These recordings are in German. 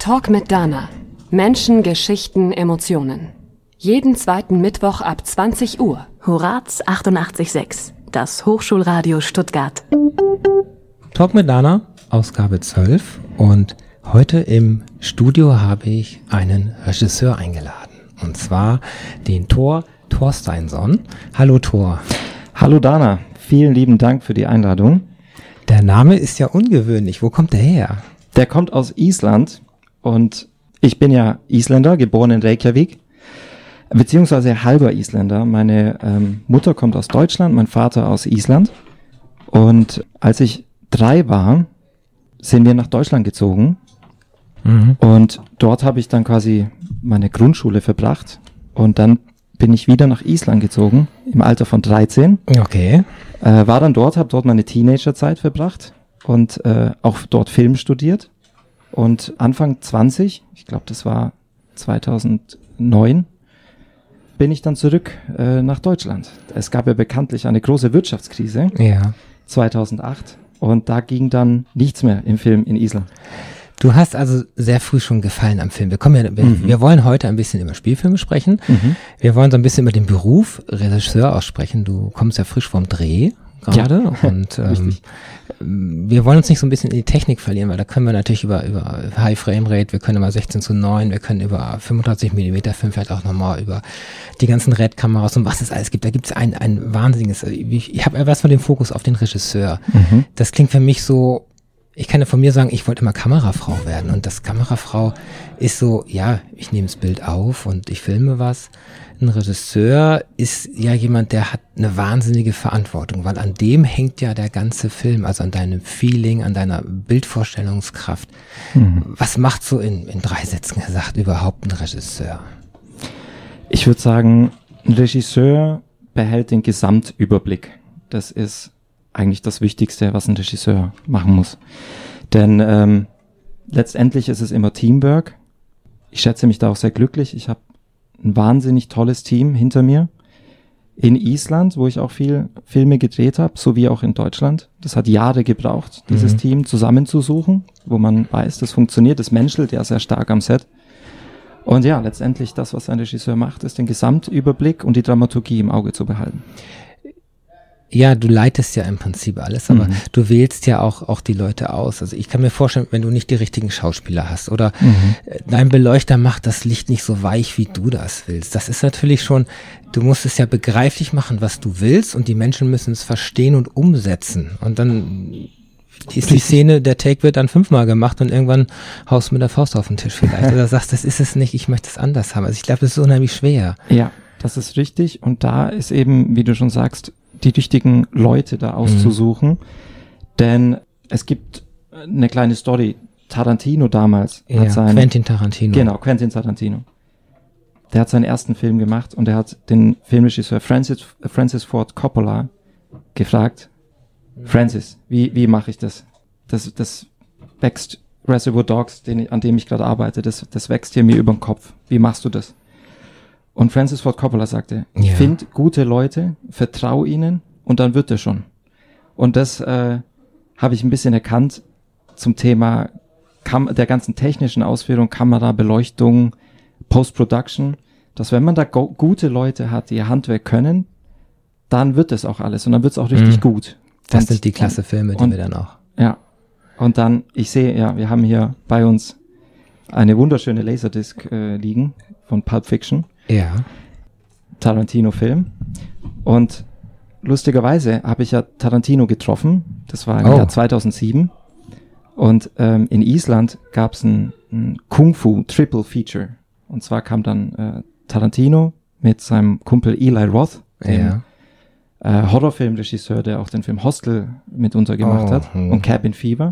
Talk mit Dana. Menschen, Geschichten, Emotionen. Jeden zweiten Mittwoch ab 20 Uhr. Horaz 88.6, das Hochschulradio Stuttgart. Talk mit Dana, Ausgabe 12. Und heute im Studio habe ich einen Regisseur eingeladen. Und zwar den Thor Thorsteinsson. Hallo Thor. Hallo Dana, vielen lieben Dank für die Einladung. Der Name ist ja ungewöhnlich. Wo kommt der her? Der kommt aus Island und ich bin ja Isländer, geboren in Reykjavik, beziehungsweise halber Isländer. Meine Mutter kommt aus Deutschland, mein Vater aus Island. Und als ich 3 war, sind wir nach Deutschland gezogen. Und dort habe ich dann quasi meine Grundschule verbracht. Und dann bin ich wieder nach Island gezogen, im Alter von 13. Okay. War dann dort, habe dort meine Teenagerzeit verbracht und auch dort Film studiert. Und Anfang 20, ich glaube das war 2009, bin ich dann zurück nach Deutschland. Es gab ja bekanntlich eine große Wirtschaftskrise, 2008. Und da ging dann nichts mehr im Film in Island. Du hast also sehr früh schon Gefallen am Film. Wir wollen heute ein bisschen über Spielfilme sprechen. Wir wollen so ein bisschen über den Beruf Regisseur aussprechen. Du kommst ja frisch vom Dreh gerade. Ja. Und wir wollen uns nicht so ein bisschen in die Technik verlieren, weil da können wir natürlich über High Frame Rate, wir können über 16:9, wir können über 35mm Film, vielleicht auch nochmal über die ganzen RED-Kameras und was es alles gibt. Da gibt es ein wahnsinniges, ich habe etwas von dem Fokus auf den Regisseur. Das klingt für mich so, ich kann ja von mir sagen, ich wollte immer Kamerafrau werden und das Kamerafrau ist so, ja, ich nehme das Bild auf und ich filme was. Ein Regisseur ist ja jemand, der hat eine wahnsinnige Verantwortung, weil an dem hängt ja der ganze Film, also an deinem Feeling, an deiner Bildvorstellungskraft. Was macht so in 3 Sätzen gesagt überhaupt ein Regisseur? Ich würde sagen, ein Regisseur behält den Gesamtüberblick. Das ist eigentlich das Wichtigste, was ein Regisseur machen muss. Denn letztendlich ist es immer Teamwork. Ich schätze mich da auch sehr glücklich. Ich habe ein wahnsinnig tolles Team hinter mir. In Island, wo ich auch viel Filme gedreht habe, sowie auch in Deutschland. Das hat Jahre gebraucht, dieses Team zusammenzusuchen, wo man weiß, das funktioniert, das menschelt ja sehr stark am Set. Und ja, letztendlich das, was ein Regisseur macht, ist den Gesamtüberblick und die Dramaturgie im Auge zu behalten. Ja, du leitest ja im Prinzip alles, aber du wählst ja auch die Leute aus. Also ich kann mir vorstellen, wenn du nicht die richtigen Schauspieler hast oder dein Beleuchter macht das Licht nicht so weich, wie du das willst. Das ist natürlich schon, du musst es ja begreiflich machen, was du willst und die Menschen müssen es verstehen und umsetzen. Und dann ist die Szene, der Take wird dann 5-mal gemacht und irgendwann haust du mit der Faust auf den Tisch vielleicht oder sagst, das ist es nicht, ich möchte es anders haben. Also ich glaube, das ist unheimlich schwer. Ja, das ist richtig und da ist eben, wie du schon sagst, die richtigen Leute da auszusuchen, denn es gibt eine kleine Story. Tarantino damals hat Quentin Tarantino. Genau, Quentin Tarantino. Der hat seinen ersten Film gemacht und er hat den Filmregisseur Francis Ford Coppola gefragt, Francis, wie mache ich das? Das wächst, Reservoir Dogs, an dem ich gerade arbeite, das wächst hier mir über den Kopf. Wie machst du das? Und Francis Ford Coppola sagte, find gute Leute, vertrau ihnen und dann wird er schon. Und das habe ich ein bisschen erkannt zum Thema der ganzen technischen Ausführung, Kamera, Beleuchtung, Post-Production, dass wenn man da gute Leute hat, die ihr Handwerk können, dann wird es auch alles und dann wird es auch richtig gut. Das sind die klasse Filme, die wir dann auch. Ja, und dann, ich sehe, wir haben hier bei uns eine wunderschöne Laserdisc liegen von Pulp Fiction. Ja. Tarantino-Film. Und lustigerweise habe ich ja Tarantino getroffen. Das war im Jahr 2007. Und in Island gab es ein Kung-Fu Triple Feature. Und zwar kam dann Tarantino mit seinem Kumpel Eli Roth, dem Horrorfilmregisseur, der auch den Film Hostel mitunter gemacht hat. Und Cabin Fever.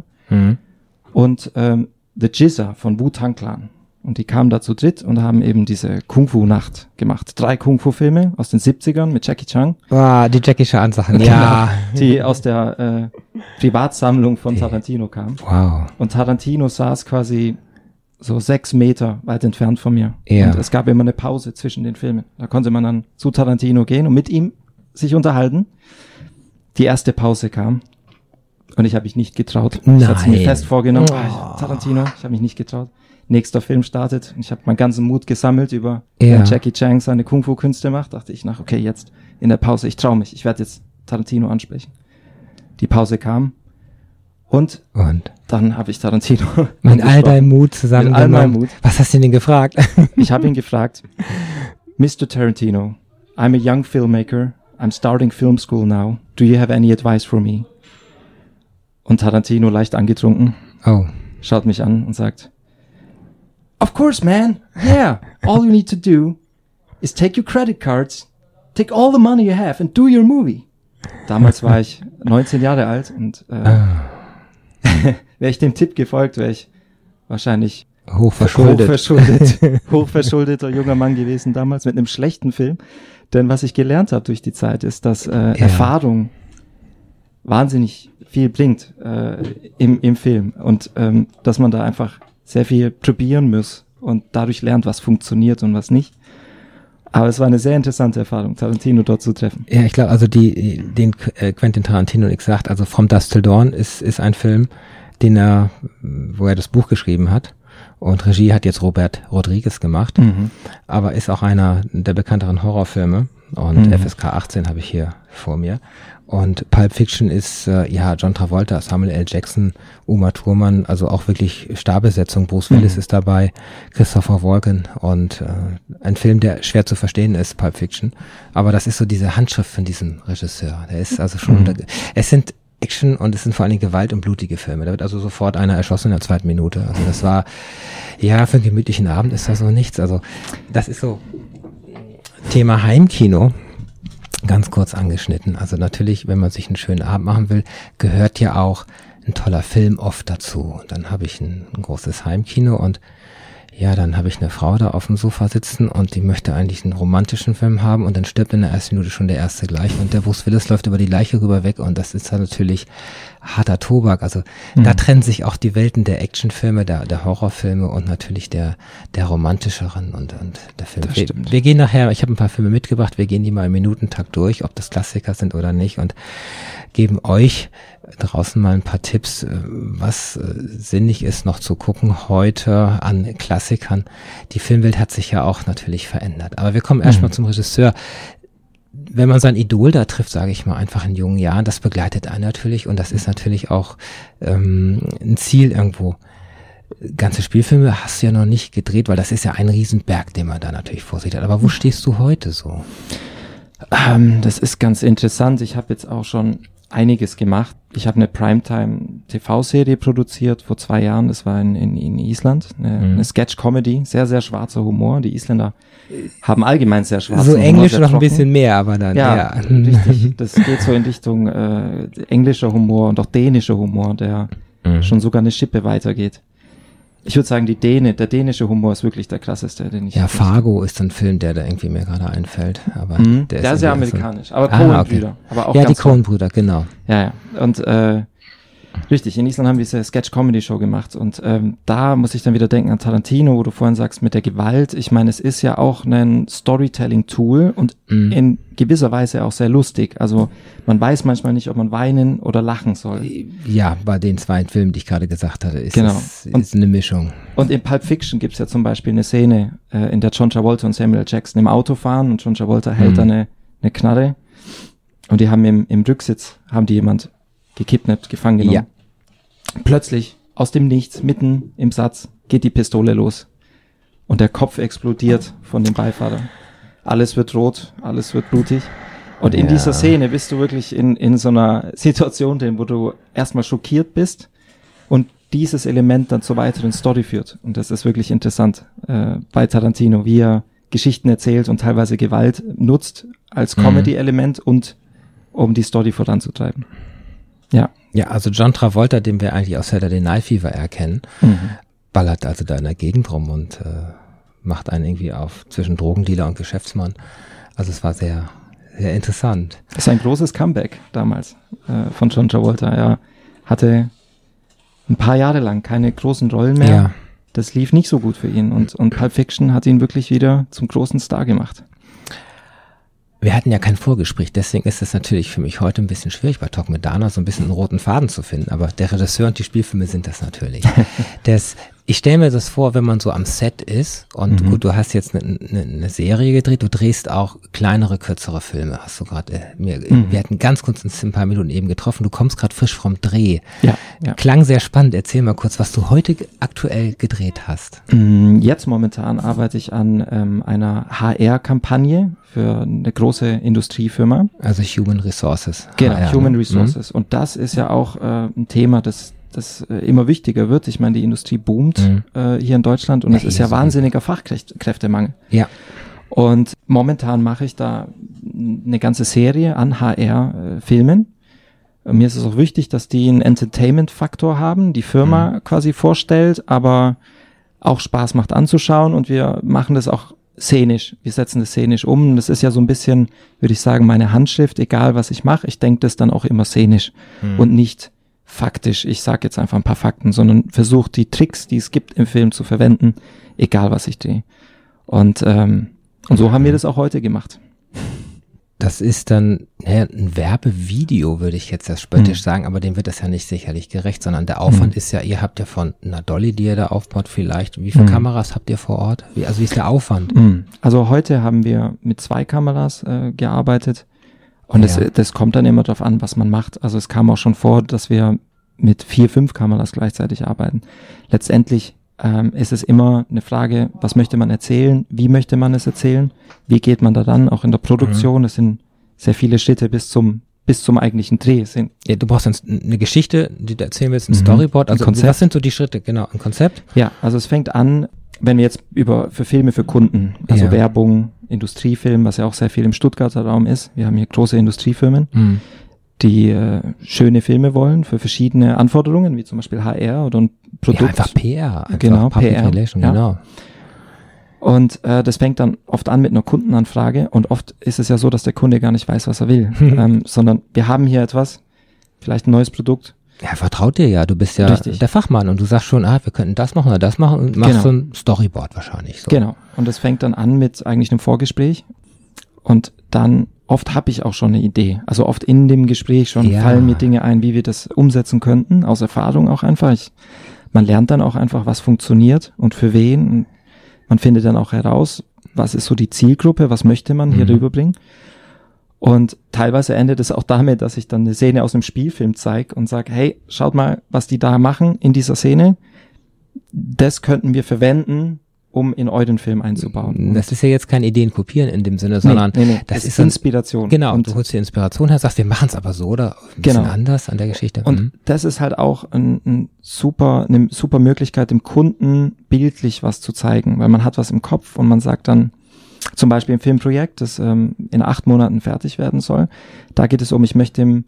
Und The Jizza von Wu-Tang Clan. Und die kamen da zu dritt und haben eben diese Kung-Fu-Nacht gemacht. 3 Kung-Fu-Filme aus den 70ern mit Jackie Chan. Die Jackie Chan-Sachen, ja. Die aus der Privatsammlung von Tarantino kamen. Wow. Und Tarantino saß quasi so 6 Meter weit entfernt von mir. Ja. Und es gab immer eine Pause zwischen den Filmen. Da konnte man dann zu Tarantino gehen und mit ihm sich unterhalten. Die erste Pause kam und ich habe mich nicht getraut. Nein. Ich hatte es mir fest vorgenommen. Tarantino, ich habe mich nicht getraut. nächster Film startet. Ich habe meinen ganzen Mut gesammelt über Jackie Chan seine Kung-Fu-Künste macht. Dachte ich okay, jetzt in der Pause, ich traue mich. Ich werde jetzt Tarantino ansprechen. Die Pause kam. Und dann habe ich Tarantino mit all deinem Mut zusammengenommen. Mit all meinem Mut. Was hast du denn gefragt? Ich habe ihn gefragt, Mr. Tarantino, I'm a young filmmaker. I'm starting film school now. Do you have any advice for me? Und Tarantino, leicht angetrunken, schaut mich an und sagt, of course, man. Yeah. All you need to do is take your credit cards, take all the money you have and do your movie. Damals war ich 19 Jahre alt und wäre ich dem Tipp gefolgt, wäre ich wahrscheinlich hochverschuldeter junger Mann gewesen damals mit einem schlechten Film. Denn was ich gelernt habe durch die Zeit ist, dass Erfahrung wahnsinnig viel bringt im Film und dass man da einfach sehr viel probieren muss und dadurch lernt, was funktioniert und was nicht. Aber es war eine sehr interessante Erfahrung, Tarantino dort zu treffen. Ja, ich glaube, also den Quentin Tarantino sagt, also From Dusk Till Dawn ist ein Film, wo er das Buch geschrieben hat. Und Regie hat jetzt Robert Rodriguez gemacht, aber ist auch einer der bekannteren Horrorfilme. Und FSK 18 habe ich hier vor mir. Und Pulp Fiction ist John Travolta, Samuel L. Jackson, Uma Thurman, also auch wirklich Starbesetzung. Bruce Willis ist dabei, Christopher Walken und ein Film, der schwer zu verstehen ist, Pulp Fiction. Aber das ist so diese Handschrift von diesem Regisseur. Der ist also schon es sind Action und es sind vor allen Dingen Gewalt- und blutige Filme. Da wird also sofort einer erschossen in der 2. Minute. Also das war, für einen gemütlichen Abend ist das so nichts. Also das ist so Thema Heimkino, ganz kurz angeschnitten. Also natürlich, wenn man sich einen schönen Abend machen will, gehört ja auch ein toller Film oft dazu. Und dann habe ich ein großes Heimkino und dann habe ich eine Frau da auf dem Sofa sitzen und die möchte eigentlich einen romantischen Film haben und dann stirbt in der ersten Minute schon der erste gleich und der Bruce Willis läuft über die Leiche rüber weg und das ist dann natürlich harter Tobak. Also da trennen sich auch die Welten der Actionfilme, der Horrorfilme und natürlich der romantischeren und der Film. Wir gehen nachher, ich habe ein paar Filme mitgebracht, wir gehen die mal im Minutentakt durch, ob das Klassiker sind oder nicht und geben euch draußen mal ein paar Tipps, was sinnig ist noch zu gucken heute an Klassikern. Die Filmwelt hat sich ja auch natürlich verändert. Aber wir kommen erstmal zum Regisseur. Wenn man sein Idol da trifft, sage ich mal, einfach in jungen Jahren, das begleitet einen natürlich und das ist natürlich auch ein Ziel irgendwo. Ganze Spielfilme hast du ja noch nicht gedreht, weil das ist ja ein Riesenberg, den man da natürlich vor sich hat. Aber wo stehst du heute so? Das ist ganz interessant. Ich habe jetzt auch schon einiges gemacht. Ich habe eine Primetime-TV-Serie produziert vor 2 Jahren. Das war in Island. Eine Sketch-Comedy. Sehr, sehr schwarzer Humor. Die Isländer haben allgemein sehr schwarzen Humor. So Englisch noch ein bisschen mehr, aber dann, ja. Richtig. Das geht so in Richtung englischer Humor und auch dänischer Humor, der schon sogar eine Schippe weitergeht. Ich würde sagen, der dänische Humor ist wirklich der krasseste, den ich... Ja, Fargo ist ein Film, der da irgendwie mir gerade einfällt. Aber der ist ja amerikanisch, aber Coen-Brüder. Okay. Aber auch ja, die Coen-Brüder, genau. Ja. Und richtig, in Island haben wir diese Sketch-Comedy-Show gemacht und da muss ich dann wieder denken an Tarantino, wo du vorhin sagst, mit der Gewalt. Ich meine, es ist ja auch ein Storytelling-Tool und in gewisser Weise auch sehr lustig. Also man weiß manchmal nicht, ob man weinen oder lachen soll. Ja, bei den 2 Filmen, die ich gerade gesagt hatte, ist es eine Mischung. Und in Pulp Fiction gibt's ja zum Beispiel eine Szene, in der John Travolta und Samuel L. Jackson im Auto fahren und John Travolta hält da eine Knarre und die haben im Rücksitz, jemand gekidnappt, gefangen genommen. Ja. Plötzlich, aus dem Nichts, mitten im Satz, geht die Pistole los und der Kopf explodiert von dem Beifahrer. Alles wird rot, alles wird blutig. Und in dieser Szene bist du wirklich in so einer Situation drin, wo du erstmal schockiert bist und dieses Element dann zur weiteren Story führt. Und das ist wirklich interessant bei Tarantino, wie er Geschichten erzählt und teilweise Gewalt nutzt als Comedy-Element und um die Story voranzutreiben. Ja. Ja, also John Travolta, den wir eigentlich aus Saturday Night Fever erkennen, ballert also da in der Gegend rum und macht einen irgendwie auf zwischen Drogendealer und Geschäftsmann. Also es war sehr, sehr interessant. Das ist ein großes Comeback damals von John Travolta. Er hatte ein paar Jahre lang keine großen Rollen mehr. Ja. Das lief nicht so gut für ihn und Pulp Fiction hat ihn wirklich wieder zum großen Star gemacht. Wir hatten ja kein Vorgespräch, deswegen ist es natürlich für mich heute ein bisschen schwierig, bei Talk mit Dana so ein bisschen einen roten Faden zu finden, aber der Regisseur und die Spielfilme sind das natürlich. Ich stelle mir das vor, wenn man so am Set ist und gut, du hast jetzt eine Serie gedreht, du drehst auch kleinere, kürzere Filme, hast du gerade wir hatten ganz kurz ein paar Minuten eben getroffen, du kommst gerade frisch vom Dreh. Ja. Klang sehr spannend, erzähl mal kurz, was du heute aktuell gedreht hast. Jetzt momentan arbeite ich an einer HR-Kampagne für eine große Industriefirma. Also Human Resources. Genau, HR, Human Resources. Und das ist ja auch ein Thema, das immer wichtiger wird. Ich meine, die Industrie boomt hier in Deutschland und es ist ja wahnsinniger Fachkräftemangel. Ja. Und momentan mache ich da eine ganze Serie an HR-Filmen. Mir ist es auch wichtig, dass die einen Entertainment-Faktor haben, die Firma quasi vorstellt, aber auch Spaß macht anzuschauen und wir machen das auch szenisch. Wir setzen das szenisch um. Das ist ja so ein bisschen, würde ich sagen, meine Handschrift, egal was ich mache. Ich denke das dann auch immer szenisch und nicht faktisch, ich sage jetzt einfach ein paar Fakten, sondern versuche die Tricks, die es gibt im Film zu verwenden, egal was ich drehe. Und so haben wir das auch heute gemacht. Das ist dann ein Werbevideo, würde ich jetzt das spöttisch sagen, aber dem wird das ja nicht sicherlich gerecht, sondern der Aufwand ist ja, ihr habt ja von einer Dolly, die ihr da aufbaut vielleicht, wie viele Kameras habt ihr vor Ort? Wie ist der Aufwand? Also heute haben wir mit 2 Kameras gearbeitet. Und das kommt dann immer darauf an, was man macht. Also es kam auch schon vor, dass wir mit 4, 5 Kameras gleichzeitig arbeiten. Letztendlich ist es immer eine Frage, was möchte man erzählen, wie möchte man es erzählen, wie geht man da dann, auch in der Produktion. Es sind sehr viele Schritte bis zum eigentlichen Dreh. Ja, du brauchst eine Geschichte, die du erzählen willst, ein Storyboard. Also was sind so die Schritte? Genau, ein Konzept? Ja, also es fängt an, wenn wir jetzt für Filme für Kunden, also Werbung, Industriefilm, was ja auch sehr viel im Stuttgarter Raum ist. Wir haben hier große Industriefirmen, die schöne Filme wollen für verschiedene Anforderungen, wie zum Beispiel HR oder ein Produkt. Ja, einfach PR. Genau, Public PR. Relation, genau. Und das fängt dann oft an mit einer Kundenanfrage und oft ist es ja so, dass der Kunde gar nicht weiß, was er will, sondern wir haben hier etwas, vielleicht ein neues Produkt. Ja, vertraut dir ja, du bist ja der Fachmann und du sagst schon, wir könnten das machen oder das machen und machst so ein Storyboard wahrscheinlich. So. Genau, und das fängt dann an mit eigentlich einem Vorgespräch und dann oft habe ich auch schon eine Idee, also oft in dem Gespräch schon fallen mir Dinge ein, wie wir das umsetzen könnten, aus Erfahrung auch einfach. Man lernt dann auch einfach, was funktioniert und für wen und man findet dann auch heraus, was ist so die Zielgruppe, was möchte man hier rüberbringen. Und teilweise endet es auch damit, dass ich dann eine Szene aus einem Spielfilm zeige und sage, hey, schaut mal, was die da machen in dieser Szene. Das könnten wir verwenden, um in euren Film einzubauen. Das ist ja jetzt kein Ideen kopieren in dem Sinne, sondern das ist Inspiration. Genau, und du holst dir Inspiration her, sagst, wir machen es aber so oder ein bisschen anders an der Geschichte. Und das ist halt auch eine super Möglichkeit, dem Kunden bildlich was zu zeigen, weil man hat was im Kopf und man sagt dann, zum Beispiel im Filmprojekt, das in 8 Monaten fertig werden soll. Da geht es um, ich möchte dem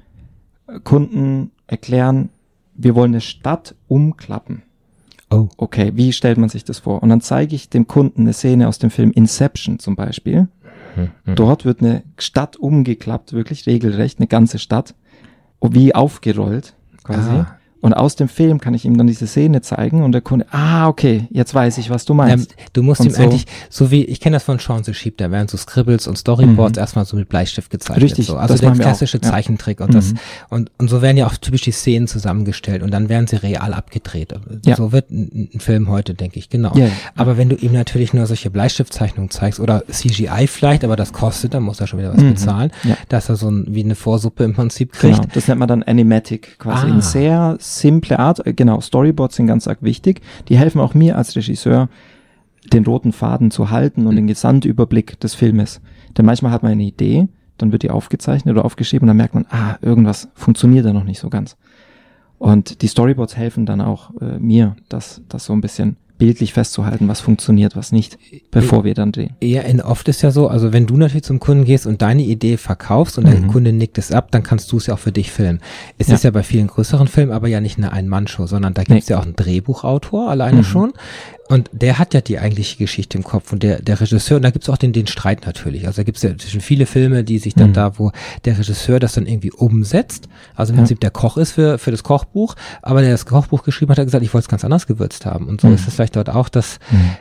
Kunden erklären, wir wollen eine Stadt umklappen. Oh. Okay, wie stellt man sich das vor? Und dann zeige ich dem Kunden eine Szene aus dem Film Inception zum Beispiel. Dort wird eine Stadt umgeklappt, wirklich regelrecht, eine ganze Stadt, wie aufgerollt quasi. Und aus dem Film kann ich ihm dann diese Szene zeigen und der Kunde, okay, jetzt weiß ich, was du meinst. Du musst ihm eigentlich, so wie, ich kenne das von Sean the Sheep, da werden so Scribbles und Storyboards erstmal so mit Bleistift gezeichnet. Richtig, so. Also der klassische Zeichentrick und das, und so werden ja auch typisch die Szenen zusammengestellt und dann werden sie real abgedreht. So wird ein Film heute, denke ich, genau. Aber wenn du ihm natürlich nur solche Bleistiftzeichnungen zeigst oder CGI vielleicht, aber das kostet, dann muss er schon wieder was bezahlen, dass er so wie eine Vorsuppe im Prinzip kriegt. Genau, das nennt man dann Animatic, quasi in sehr simple Art, genau, Storyboards sind ganz arg wichtig, die helfen auch mir als Regisseur, den roten Faden zu halten und den Gesamtüberblick des Filmes. Denn manchmal hat man eine Idee, dann wird die aufgezeichnet oder aufgeschrieben und dann merkt man, irgendwas funktioniert da noch nicht so ganz. Und die Storyboards helfen dann auch mir, das so ein bisschen bildlich festzuhalten, was funktioniert, was nicht, bevor wir dann drehen. Ja, oft ist ja so, also wenn du natürlich zum Kunden gehst und deine Idee verkaufst und der Kunde nickt es ab, dann kannst du es ja auch für dich filmen. Es ist ja bei vielen größeren Filmen aber ja nicht eine Ein-Mann-Show, sondern da gibt es ja auch einen Drehbuchautor alleine schon. Und der hat ja die eigentliche Geschichte im Kopf und der Regisseur, und da gibt's auch den Streit natürlich. Also da gibt's ja schon viele Filme, die sich dann da, wo der Regisseur das dann irgendwie umsetzt, also im Prinzip der Koch ist für das Kochbuch, aber der das Kochbuch geschrieben hat, gesagt, ich wollte es ganz anders gewürzt haben. Und so ist es vielleicht dort auch, dass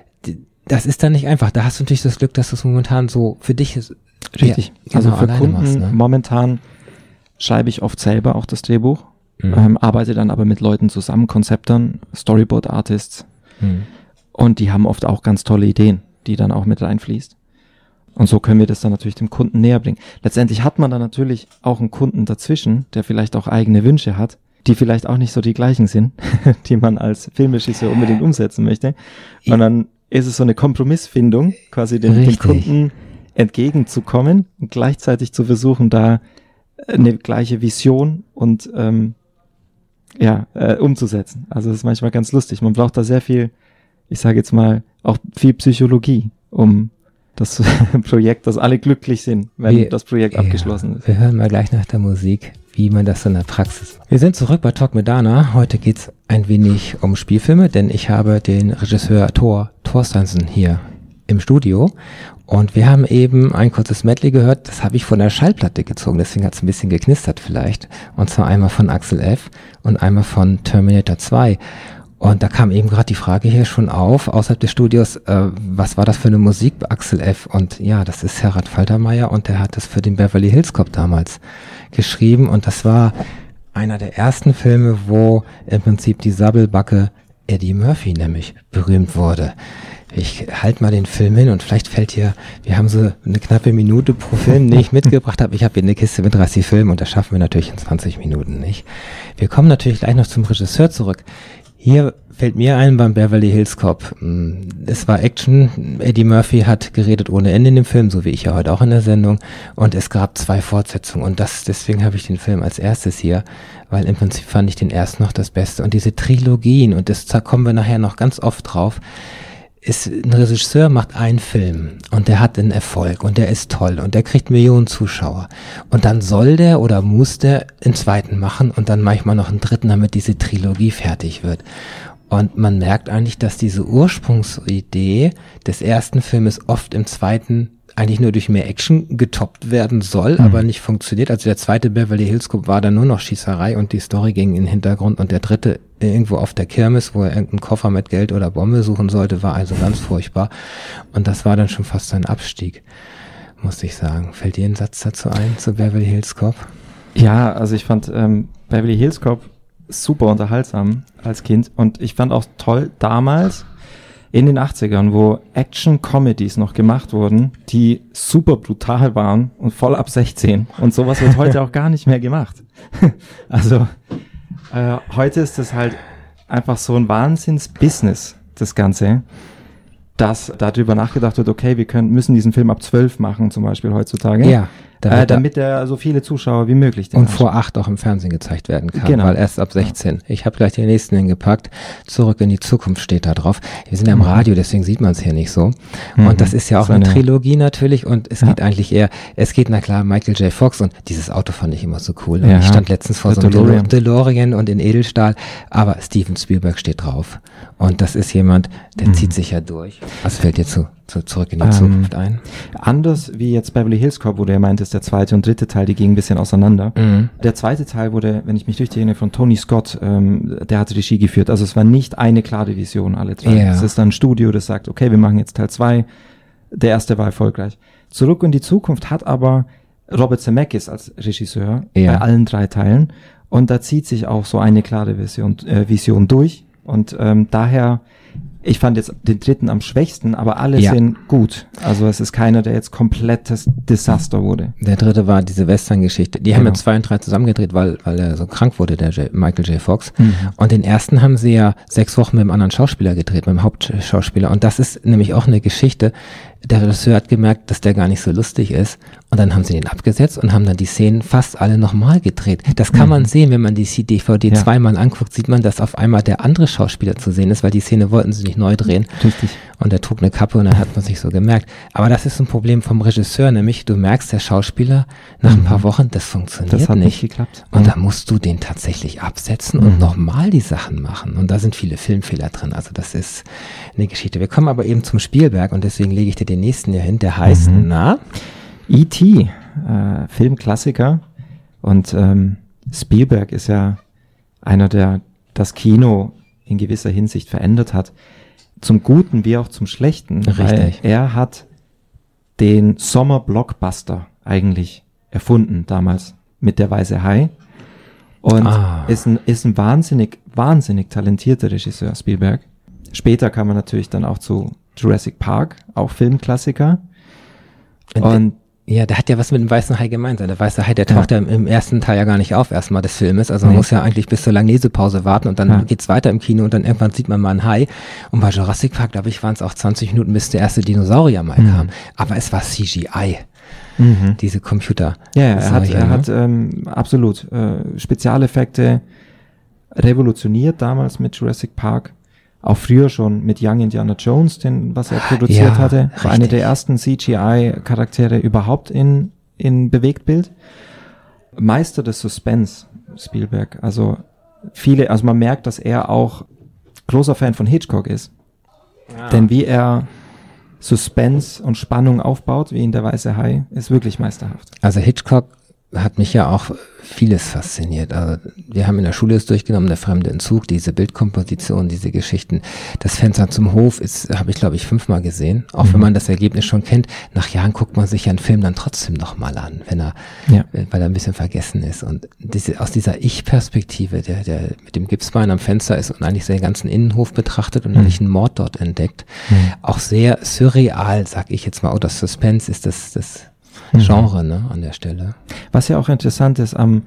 das ist dann nicht einfach. Da hast du natürlich das Glück, dass das momentan so für dich ist. Richtig. Ja, also für Kunden momentan schreibe ich oft selber auch das Drehbuch, arbeite dann aber mit Leuten zusammen, Konzeptern, Storyboard-Artists, Und die haben oft auch ganz tolle Ideen, die dann auch mit reinfließt. Und so können wir das dann natürlich dem Kunden näher bringen. Letztendlich hat man dann natürlich auch einen Kunden dazwischen, der vielleicht auch eigene Wünsche hat, die vielleicht auch nicht so die gleichen sind, die man als Filmregisseur unbedingt umsetzen möchte. Und dann ist es so eine Kompromissfindung, quasi dem Kunden entgegenzukommen und gleichzeitig zu versuchen, da eine gleiche Vision und umzusetzen. Also das ist manchmal ganz lustig. Man braucht da sehr viel, ich sage jetzt mal, auch viel Psychologie, um das Projekt, dass alle glücklich sind, wenn das Projekt abgeschlossen ist. Wir hören mal gleich nach der Musik, wie man das in der Praxis macht. Wir sind zurück bei Talk mit Dana. Heute geht's ein wenig um Spielfilme, denn ich habe den Regisseur Thor Thorstensen hier im Studio. Und wir haben eben ein kurzes Medley gehört, das habe ich von der Schallplatte gezogen, deswegen hat es ein bisschen geknistert vielleicht. Und zwar einmal von Axel F. und einmal von Terminator 2. Und da kam eben gerade die Frage hier schon auf, außerhalb des Studios, was war das für eine Musik bei Axel F.? Und ja, das ist Herrad Faltermeier und der hat das für den Beverly Hills Cop damals geschrieben. Und das war einer der ersten Filme, wo im Prinzip die Sabbelbacke Eddie Murphy nämlich berühmt wurde. Ich halte mal den Film hin und vielleicht fällt hier, wir haben so eine knappe Minute pro Film, den ich mitgebracht habe. Ich habe hier eine Kiste mit 30 Filmen und das schaffen wir natürlich in 20 Minuten nicht. Wir kommen natürlich gleich noch zum Regisseur zurück. Hier fällt mir ein beim Beverly Hills Cop. Es war Action. Eddie Murphy hat geredet ohne Ende in dem Film, so wie ich ja heute auch in der Sendung. Und es gab 2 Fortsetzungen. Und deswegen habe ich den Film als erstes hier, weil im Prinzip fand ich den erst noch das Beste. Und diese Trilogien, und da kommen wir nachher noch ganz oft drauf, ein Regisseur macht einen Film und der hat einen Erfolg und der ist toll und der kriegt Millionen Zuschauer. Und dann soll der oder muss der einen zweiten machen und dann manchmal noch einen dritten, damit diese Trilogie fertig wird. Und man merkt eigentlich, dass diese Ursprungsidee des ersten Filmes oft im zweiten eigentlich nur durch mehr Action getoppt werden soll, aber nicht funktioniert. Also der zweite Beverly Hills Cop war dann nur noch Schießerei und die Story ging in den Hintergrund und der dritte irgendwo auf der Kirmes, wo er irgendeinen Koffer mit Geld oder Bombe suchen sollte, war also ganz furchtbar. Und das war dann schon fast ein Abstieg, muss ich sagen. Fällt dir ein Satz dazu ein, zu Beverly Hills Cop? Ja, also ich fand Beverly Hills Cop super unterhaltsam als Kind und ich fand auch toll damals, in den 80ern, wo Action-Comedies noch gemacht wurden, die super brutal waren und voll ab 16. Und sowas wird heute auch gar nicht mehr gemacht. Also heute ist das halt einfach so ein Wahnsinns-Business, das Ganze, dass darüber nachgedacht wird, okay, wir müssen diesen Film ab 12 machen, zum Beispiel heutzutage. Ja. Damit er so viele Zuschauer wie möglich und vor 8 auch im Fernsehen gezeigt werden kann, genau. Weil erst ab 16. Ich habe gleich den nächsten hingepackt. Zurück in die Zukunft steht da drauf. Wir sind ja im Radio, deswegen sieht man es hier nicht so. Und das ist ja auch eine Trilogie natürlich und es geht eigentlich na klar, Michael J. Fox und dieses Auto fand ich immer so cool. Und ich stand letztens vor so einem DeLorean und in Edelstahl, aber Steven Spielberg steht drauf. Und das ist jemand, der zieht sich ja durch. Was fällt dir zurück in die Zukunft ein? Anders wie jetzt Beverly Hills Cop, wo du ja meintest, der zweite und dritte Teil, die gingen ein bisschen auseinander. Der zweite Teil wurde, wenn ich mich richtig erinnere, von Tony Scott, der hat Regie geführt. Also es war nicht eine klare Vision, alle 3. Es ist dann ein Studio, das sagt, okay, wir machen jetzt Teil 2. Der erste war erfolgreich. Zurück in die Zukunft hat aber Robert Zemeckis als Regisseur bei allen 3 Teilen. Und da zieht sich auch so eine klare Vision durch. Und daher, ich fand jetzt den dritten am schwächsten, aber alle sind gut. Also es ist keiner, der jetzt komplettes Desaster wurde. Der dritte war diese Western-Geschichte. Die haben ja 2 und 3 zusammengedreht, weil er so krank wurde, der Michael J. Fox. Und den ersten haben sie ja 6 Wochen mit einem anderen Schauspieler gedreht, mit dem Hauptschauspieler. Und das ist nämlich auch eine Geschichte. Der Regisseur hat gemerkt, dass der gar nicht so lustig ist. Und dann haben sie den abgesetzt und haben dann die Szenen fast alle nochmal gedreht. Das kann man sehen, wenn man die DVD zweimal anguckt, sieht man, dass auf einmal der andere Schauspieler zu sehen ist, weil die Szene wollten sie nicht neu drehen. Richtig. Und er trug eine Kappe und dann hat man sich so gemerkt. Aber das ist ein Problem vom Regisseur, nämlich du merkst, der Schauspieler nach ein paar Wochen, das funktioniert das hat nicht geklappt. Und da musst du den tatsächlich absetzen und nochmal die Sachen machen. Und da sind viele Filmfehler drin. Also das ist eine Geschichte. Wir kommen aber eben zum Spielberg und deswegen lege ich dir den nächsten hier hin, der heißt, E.T., Filmklassiker. Und Spielberg ist ja einer, der das Kino in gewisser Hinsicht verändert hat. Zum Guten wie auch zum Schlechten. Richtig. Weil er hat den Sommer-Blockbuster eigentlich erfunden damals mit Der Weiße Hai. Und ist ein wahnsinnig talentierter Regisseur, Spielberg. später kam man natürlich dann auch zu Jurassic Park, auch Filmklassiker. Und ja, der hat ja was mit dem Weißen Hai gemeinsam. Der Weiße Hai, der taucht ja im ersten Teil ja gar nicht auf erstmal des Filmes. Also man muss ja eigentlich bis zur langen Lesepause warten und dann geht's weiter im Kino und dann irgendwann sieht man mal einen Hai. Und bei Jurassic Park, glaube ich, waren es auch 20 Minuten, bis der erste Dinosaurier mal kam. Aber es war CGI. Diese Computer. Ja, er hat absolut Spezialeffekte revolutioniert damals mit Jurassic Park. Auch früher schon mit Young Indiana Jones, was er produziert hatte. War eine der ersten CGI-Charaktere überhaupt in Bewegtbild. Meister des Suspense, Spielberg. Also man merkt, dass er auch großer Fan von Hitchcock ist. Ja. Denn wie er Suspense und Spannung aufbaut, wie in Der Weiße Hai, ist wirklich meisterhaft. Also Hitchcock hat mich ja auch vieles fasziniert. Also wir haben in der Schule es durchgenommen, Der fremde Entzug, diese Bildkomposition, diese Geschichten. Das Fenster zum Hof habe ich, glaube ich, 5-mal gesehen. Auch wenn man das Ergebnis schon kennt. Nach Jahren guckt man sich ja einen Film dann trotzdem nochmal an, weil er ein bisschen vergessen ist. Und aus dieser Ich-Perspektive, der mit dem Gipsbein am Fenster ist und eigentlich seinen ganzen Innenhof betrachtet und eigentlich einen Mord dort entdeckt. Auch sehr surreal, sag ich jetzt mal. Oh, das Suspense ist das Genre, an der Stelle. Was ja auch interessant ist am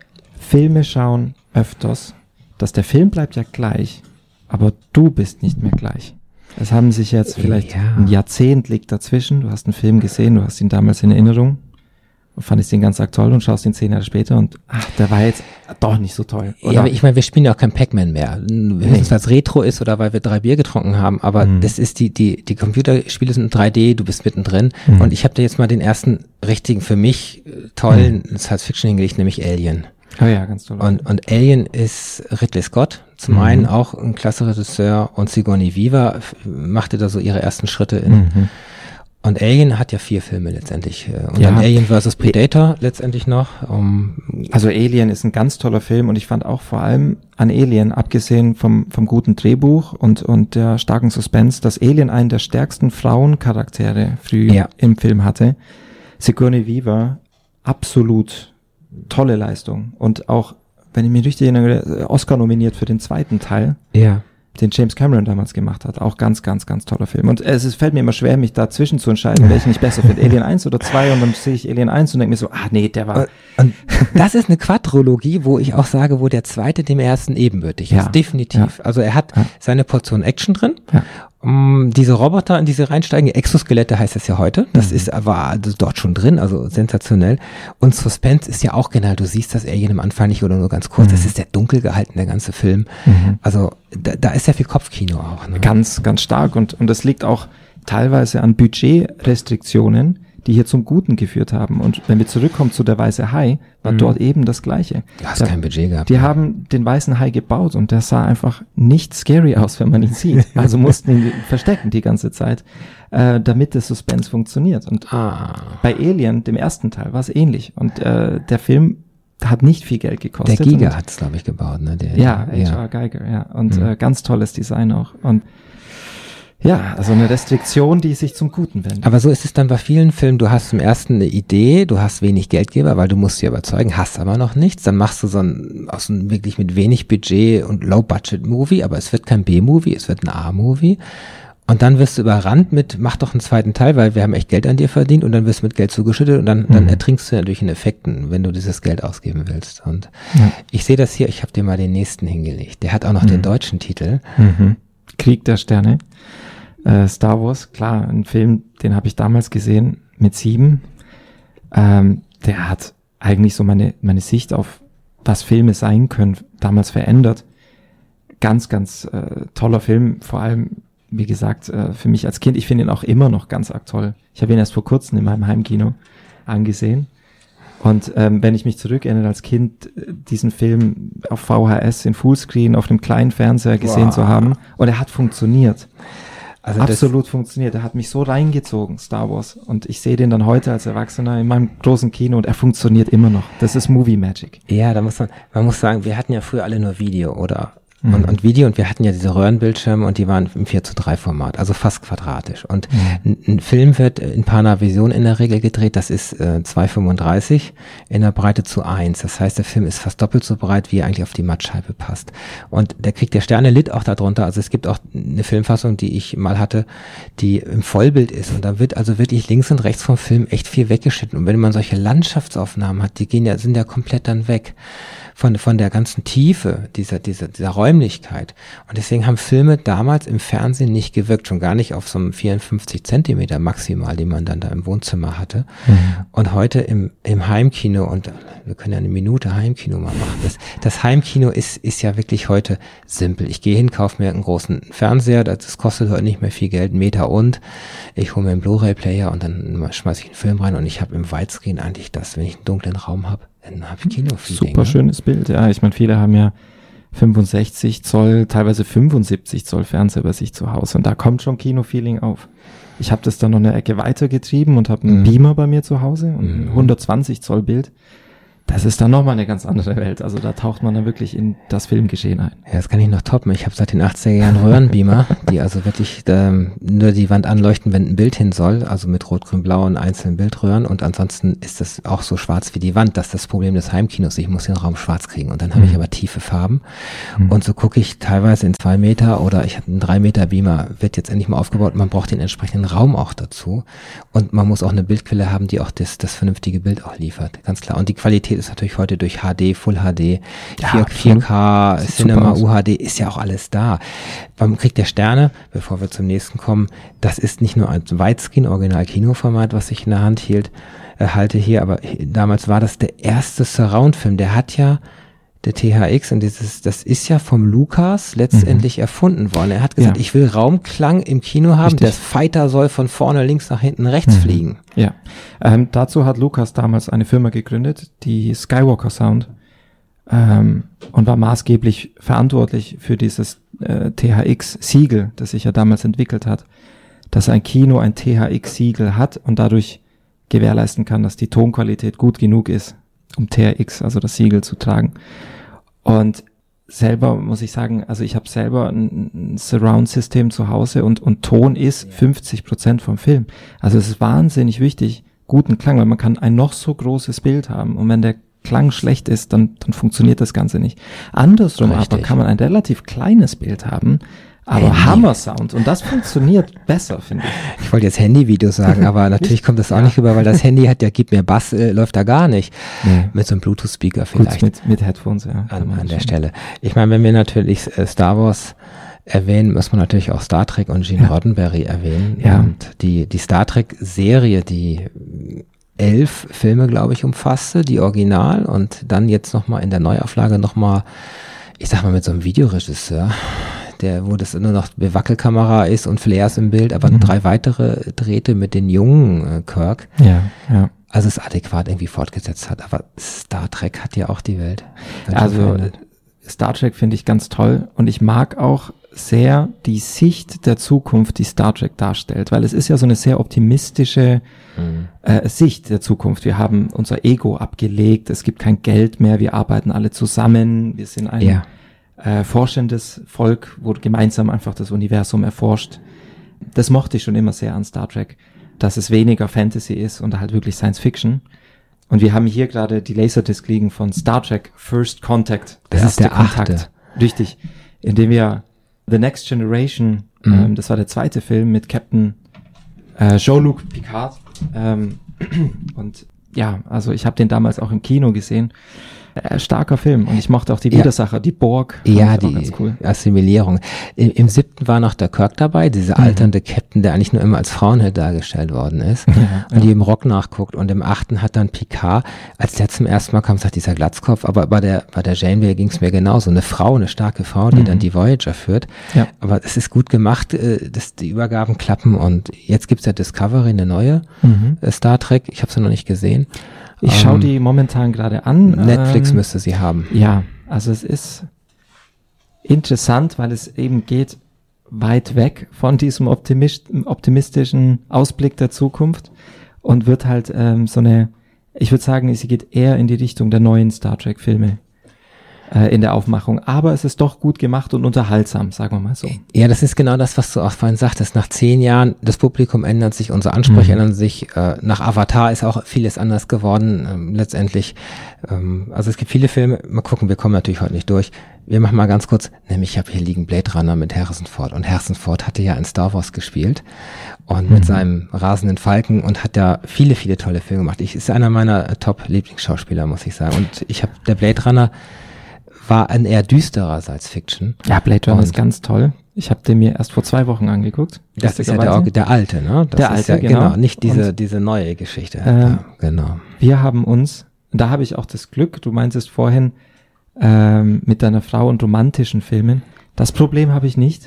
Filme schauen öfters, dass der Film bleibt ja gleich, aber du bist nicht mehr gleich. Es haben sich jetzt vielleicht ein Jahrzehnt liegt dazwischen, du hast einen Film gesehen, du hast ihn damals in Erinnerung und fandest ihn ganz arg toll und schaust ihn 10 Jahre später und der war jetzt doch nicht so toll. Oder? Ja, aber ich meine, wir spielen ja auch kein Pac-Man mehr. Höchstens weil es Retro ist oder weil wir 3 Bier getrunken haben, aber das ist die Computerspiele sind 3D, du bist mittendrin und ich habe da jetzt mal den ersten richtigen, für mich tollen Science-Fiction hingelegt, nämlich Alien. Oh ja, ganz toll. Und Alien ist Ridley Scott, zum einen auch ein klasse Regisseur und Sigourney Weaver machte da so ihre ersten Schritte in. Und Alien hat ja 4 Filme letztendlich. Und dann Alien vs. Predator letztendlich noch. Also Alien ist ein ganz toller Film und ich fand auch vor allem an Alien, abgesehen vom guten Drehbuch und der starken Suspense, dass Alien einen der stärksten Frauencharaktere früh im Film hatte. Sigourney Weaver, absolut tolle Leistung. Und auch, wenn ich mich richtig erinnere, Oscar nominiert für den 2. Teil. Ja. Den James Cameron damals gemacht hat. Auch ganz, ganz, ganz toller Film. Und fällt mir immer schwer, mich dazwischen zu entscheiden, welchen ich besser finde. Alien 1 oder 2 und dann sehe ich Alien 1 und denke mir so, der war... Und das ist eine Quadrologie, wo ich auch sage, wo der 2. dem ersten ebenbürtig ist. Definitiv. Ja. Also er hat seine Portion Action drin. Ja. Diese Roboter, in diese reinsteigen, Exoskelette heißt es ja heute. Das war also dort schon drin, also sensationell. Und Suspense ist ja auch genial. Du siehst das Alien am Anfang nicht oder nur ganz kurz. Das ist sehr dunkel gehalten, der ganze Film. Also da ist sehr viel Kopfkino auch. Ne? Ganz, ganz stark. Und das liegt auch teilweise an Budgetrestriktionen, die hier zum Guten geführt haben. Und wenn wir zurückkommen zu Der Weiße Hai, war dort eben das Gleiche. Du hast kein Budget gehabt. Die haben den Weißen Hai gebaut und der sah einfach nicht scary aus, wenn man ihn sieht. Also mussten ihn verstecken die ganze Zeit, damit der Suspense funktioniert. Und bei Alien, dem ersten Teil, war es ähnlich. Und der Film hat nicht viel Geld gekostet. Der Giga hat es, glaube ich, gebaut. Ne? H.R. Geiger, ja. Und ganz tolles Design auch. Und ja, also eine Restriktion, die sich zum Guten wendet. Aber so ist es dann bei vielen Filmen, du hast zum ersten eine Idee, du hast wenig Geldgeber, weil du musst sie überzeugen, hast aber noch nichts, dann machst du aus einem wirklich mit wenig Budget und Low-Budget-Movie, aber es wird kein B-Movie, es wird ein A-Movie und dann wirst du überrannt mit, mach doch einen 2. Teil, weil wir haben echt Geld an dir verdient und dann wirst du mit Geld zugeschüttet und dann ertrinkst du natürlich in Effekten, wenn du dieses Geld ausgeben willst und ich sehe das hier, ich habe dir mal den nächsten hingelegt, der hat auch noch den deutschen Titel. Krieg der Sterne. Star Wars, klar, ein Film, den habe ich damals gesehen mit 7. Der hat eigentlich so meine Sicht auf, was Filme sein können, damals verändert. Ganz, ganz toller Film, vor allem, wie gesagt, für mich als Kind. Ich finde ihn auch immer noch ganz arg toll. Ich habe ihn erst vor kurzem in meinem Heimkino angesehen. Und wenn ich mich zurückerinnere als Kind, diesen Film auf VHS in Fullscreen auf einem kleinen Fernseher gesehen zu haben, und er hat funktioniert. Also absolut funktioniert. Er hat mich so reingezogen, Star Wars. Und ich sehe den dann heute als Erwachsener in meinem großen Kino und er funktioniert immer noch. Das ist Movie Magic. Ja, man muss sagen, wir hatten ja früher alle nur Video oder und Video, und wir hatten ja diese Röhrenbildschirme und die waren im 4:3 Format, also fast quadratisch. Und ein Film wird in Panavision in der Regel gedreht, das ist 2,35 in der Breite zu 1. Das heißt, der Film ist fast doppelt so breit, wie er eigentlich auf die Mattscheibe passt. Und der Krieg der Sterne litt auch darunter. Also es gibt auch eine Filmfassung, die ich mal hatte, die im Vollbild ist. Und da wird also wirklich links und rechts vom Film echt viel weggeschnitten. Und wenn man solche Landschaftsaufnahmen hat, sind ja komplett dann weg von der ganzen Tiefe dieser Räumlichkeit. Und deswegen haben Filme damals im Fernsehen nicht gewirkt, schon gar nicht auf so einem 54 Zentimeter maximal, den man dann da im Wohnzimmer hatte. Und heute im Heimkino, und wir können ja eine Minute Heimkino mal machen, das Heimkino ist ja wirklich heute simpel. Ich gehe hin, kaufe mir einen großen Fernseher, das kostet heute nicht mehr viel Geld, 1 Meter, und ich hole mir einen Blu-ray-Player und dann schmeiße ich einen Film rein, und ich habe im Widescreen eigentlich das, wenn ich einen dunklen Raum habe, dann habe ich Kinofeeling. Super schönes Bild, ja. Ich meine, viele haben ja 65 Zoll, teilweise 75 Zoll Fernseher bei sich zu Hause, und da kommt schon Kinofeeling auf. Ich habe das dann noch eine Ecke weitergetrieben und habe einen Beamer bei mir zu Hause und ein 120 Zoll Bild. Das ist dann nochmal eine ganz andere Welt. Also da taucht man dann wirklich in das Filmgeschehen ein. Ja, das kann ich noch toppen. Ich habe seit den 80er Jahren Röhrenbeamer, die also wirklich nur die Wand anleuchten, wenn ein Bild hin soll, also mit Rot, Grün, Blau und einzelnen Bildröhren, und ansonsten ist das auch so schwarz wie die Wand. Das ist das Problem des Heimkinos. Ich muss den Raum schwarz kriegen, und dann habe ich aber tiefe Farben, und so gucke ich teilweise in 2 Meter, oder ich habe einen 3 Meter Beamer, wird jetzt endlich mal aufgebaut. Man braucht den entsprechenden Raum auch dazu, und man muss auch eine Bildquelle haben, die auch das vernünftige Bild auch liefert, ganz klar. Und die Qualität ist natürlich heute durch HD, Full HD, 4K, Cinema, UHD, ist ja auch alles da. Beim Krieg der Sterne, bevor wir zum nächsten kommen, das ist nicht nur ein Widescreen, Original-Kinoformat, was ich in der Hand halte hier, aber damals war das der erste Surround-Film. Der hat ja, der THX, und das ist ja vom Lucas letztendlich erfunden worden. Er hat gesagt, ich will Raumklang im Kino haben. Der Fighter soll von vorne links nach hinten rechts fliegen. Ja, dazu hat Lucas damals eine Firma gegründet, die Skywalker Sound, und war maßgeblich verantwortlich für dieses THX-Siegel, das sich ja damals entwickelt hat, dass ein Kino ein THX-Siegel hat und dadurch gewährleisten kann, dass die Tonqualität gut genug ist, um THX, also das Siegel, zu tragen. Und selber muss ich sagen, also ich habe selber ein Surround-System zu Hause, und Ton ist 50% vom Film. Also es ist wahnsinnig wichtig, guten Klang, weil man kann ein noch so großes Bild haben, und wenn der Klang schlecht ist, dann funktioniert das Ganze nicht. Andersrum aber kann man ein relativ kleines Bild haben, aber Hammer-Sound, und das funktioniert besser, finde ich. Ich wollte jetzt Handyvideo sagen, aber natürlich kommt das auch nicht rüber, weil das Handy hat ja, gib mir Bass, läuft da gar nicht. Nee. Mit so einem Bluetooth-Speaker vielleicht. Gut, mit Headphones, ja. An der Stelle. Ich meine, wenn wir natürlich Star Wars erwähnen, muss man natürlich auch Star Trek und Gene Roddenberry erwähnen. Ja. Und die Star Trek-Serie, die 11 Filme, glaube ich, umfasste, die Original, und dann jetzt nochmal in der Neuauflage nochmal, ich sag mal, mit so einem Videoregisseur, wo das nur noch Bewackelkamera ist und Flares im Bild, aber 3 weitere drehte mit den jungen Kirk. Ja. Also es adäquat irgendwie fortgesetzt hat. Aber Star Trek hat ja auch die Welt. Also Star Trek finde ich ganz toll, und ich mag auch sehr die Sicht der Zukunft, die Star Trek darstellt, weil es ist ja so eine sehr optimistische Sicht der Zukunft. Wir haben unser Ego abgelegt, es gibt kein Geld mehr, wir arbeiten alle zusammen, wir sind ein forschendes Volk, wo gemeinsam einfach das Universum erforscht. Das mochte ich schon immer sehr an Star Trek, dass es weniger Fantasy ist und halt wirklich Science Fiction. Und wir haben hier gerade die Laserdisc liegen von Star Trek First Contact. Das ist der 8. Richtig. Indem wir The Next Generation, das war der 2. Film mit Captain Jean-Luc Picard. Und ja, also ich habe den damals auch im Kino gesehen. Starker Film, und ich mochte auch die Widersacher, die Borg. Ja, die ganz cool. Assimilierung. Im 7. war noch der Kirk dabei, dieser alternde Captain, der eigentlich nur immer als Frauenheld dargestellt worden ist, und die im Rock nachguckt. Und im 8. hat dann Picard, als der zum ersten Mal kam, sagt dieser Glatzkopf, aber bei der Janeway ging es mir genauso. Eine starke Frau, die dann die Voyager führt. Ja. Aber es ist gut gemacht, dass die Übergaben klappen, und jetzt gibt's ja Discovery, eine neue Star Trek. Ich habe sie noch nicht gesehen. Ich schaue die momentan gerade an. Netflix müsste sie haben. Ja, also es ist interessant, weil es eben geht weit weg von diesem optimistischen Ausblick der Zukunft und wird halt ich würde sagen, sie geht eher in die Richtung der neuen Star Trek Filme. in der Aufmachung, aber es ist doch gut gemacht und unterhaltsam, sagen wir mal so. Ja, das ist genau das, was du auch vorhin sagtest. Nach 10 Jahren, das Publikum ändert sich, unsere Ansprüche ändern sich. Nach Avatar ist auch vieles anders geworden, letztendlich. Also es gibt viele Filme, mal gucken, wir kommen natürlich heute nicht durch. Wir machen mal ganz kurz, nämlich ich habe hier liegen Blade Runner mit Harrison Ford. Und Harrison Ford hatte ja in Star Wars gespielt und mit seinem rasenden Falken und hat ja viele, viele tolle Filme gemacht. Ist einer meiner Top-Lieblingsschauspieler, muss ich sagen. Und der Blade Runner war ein eher düsterer Science-Fiction. Ja, Blade Runner ist ganz toll. Ich habe den mir erst vor 2 Wochen angeguckt. Das ist ja der alte, ne? Das der ist alte, ja, genau. Nicht diese neue Geschichte. Ja, genau. Wir haben uns, da habe ich auch das Glück, du meintest vorhin, mit deiner Frau und romantischen Filmen. Das Problem habe ich nicht.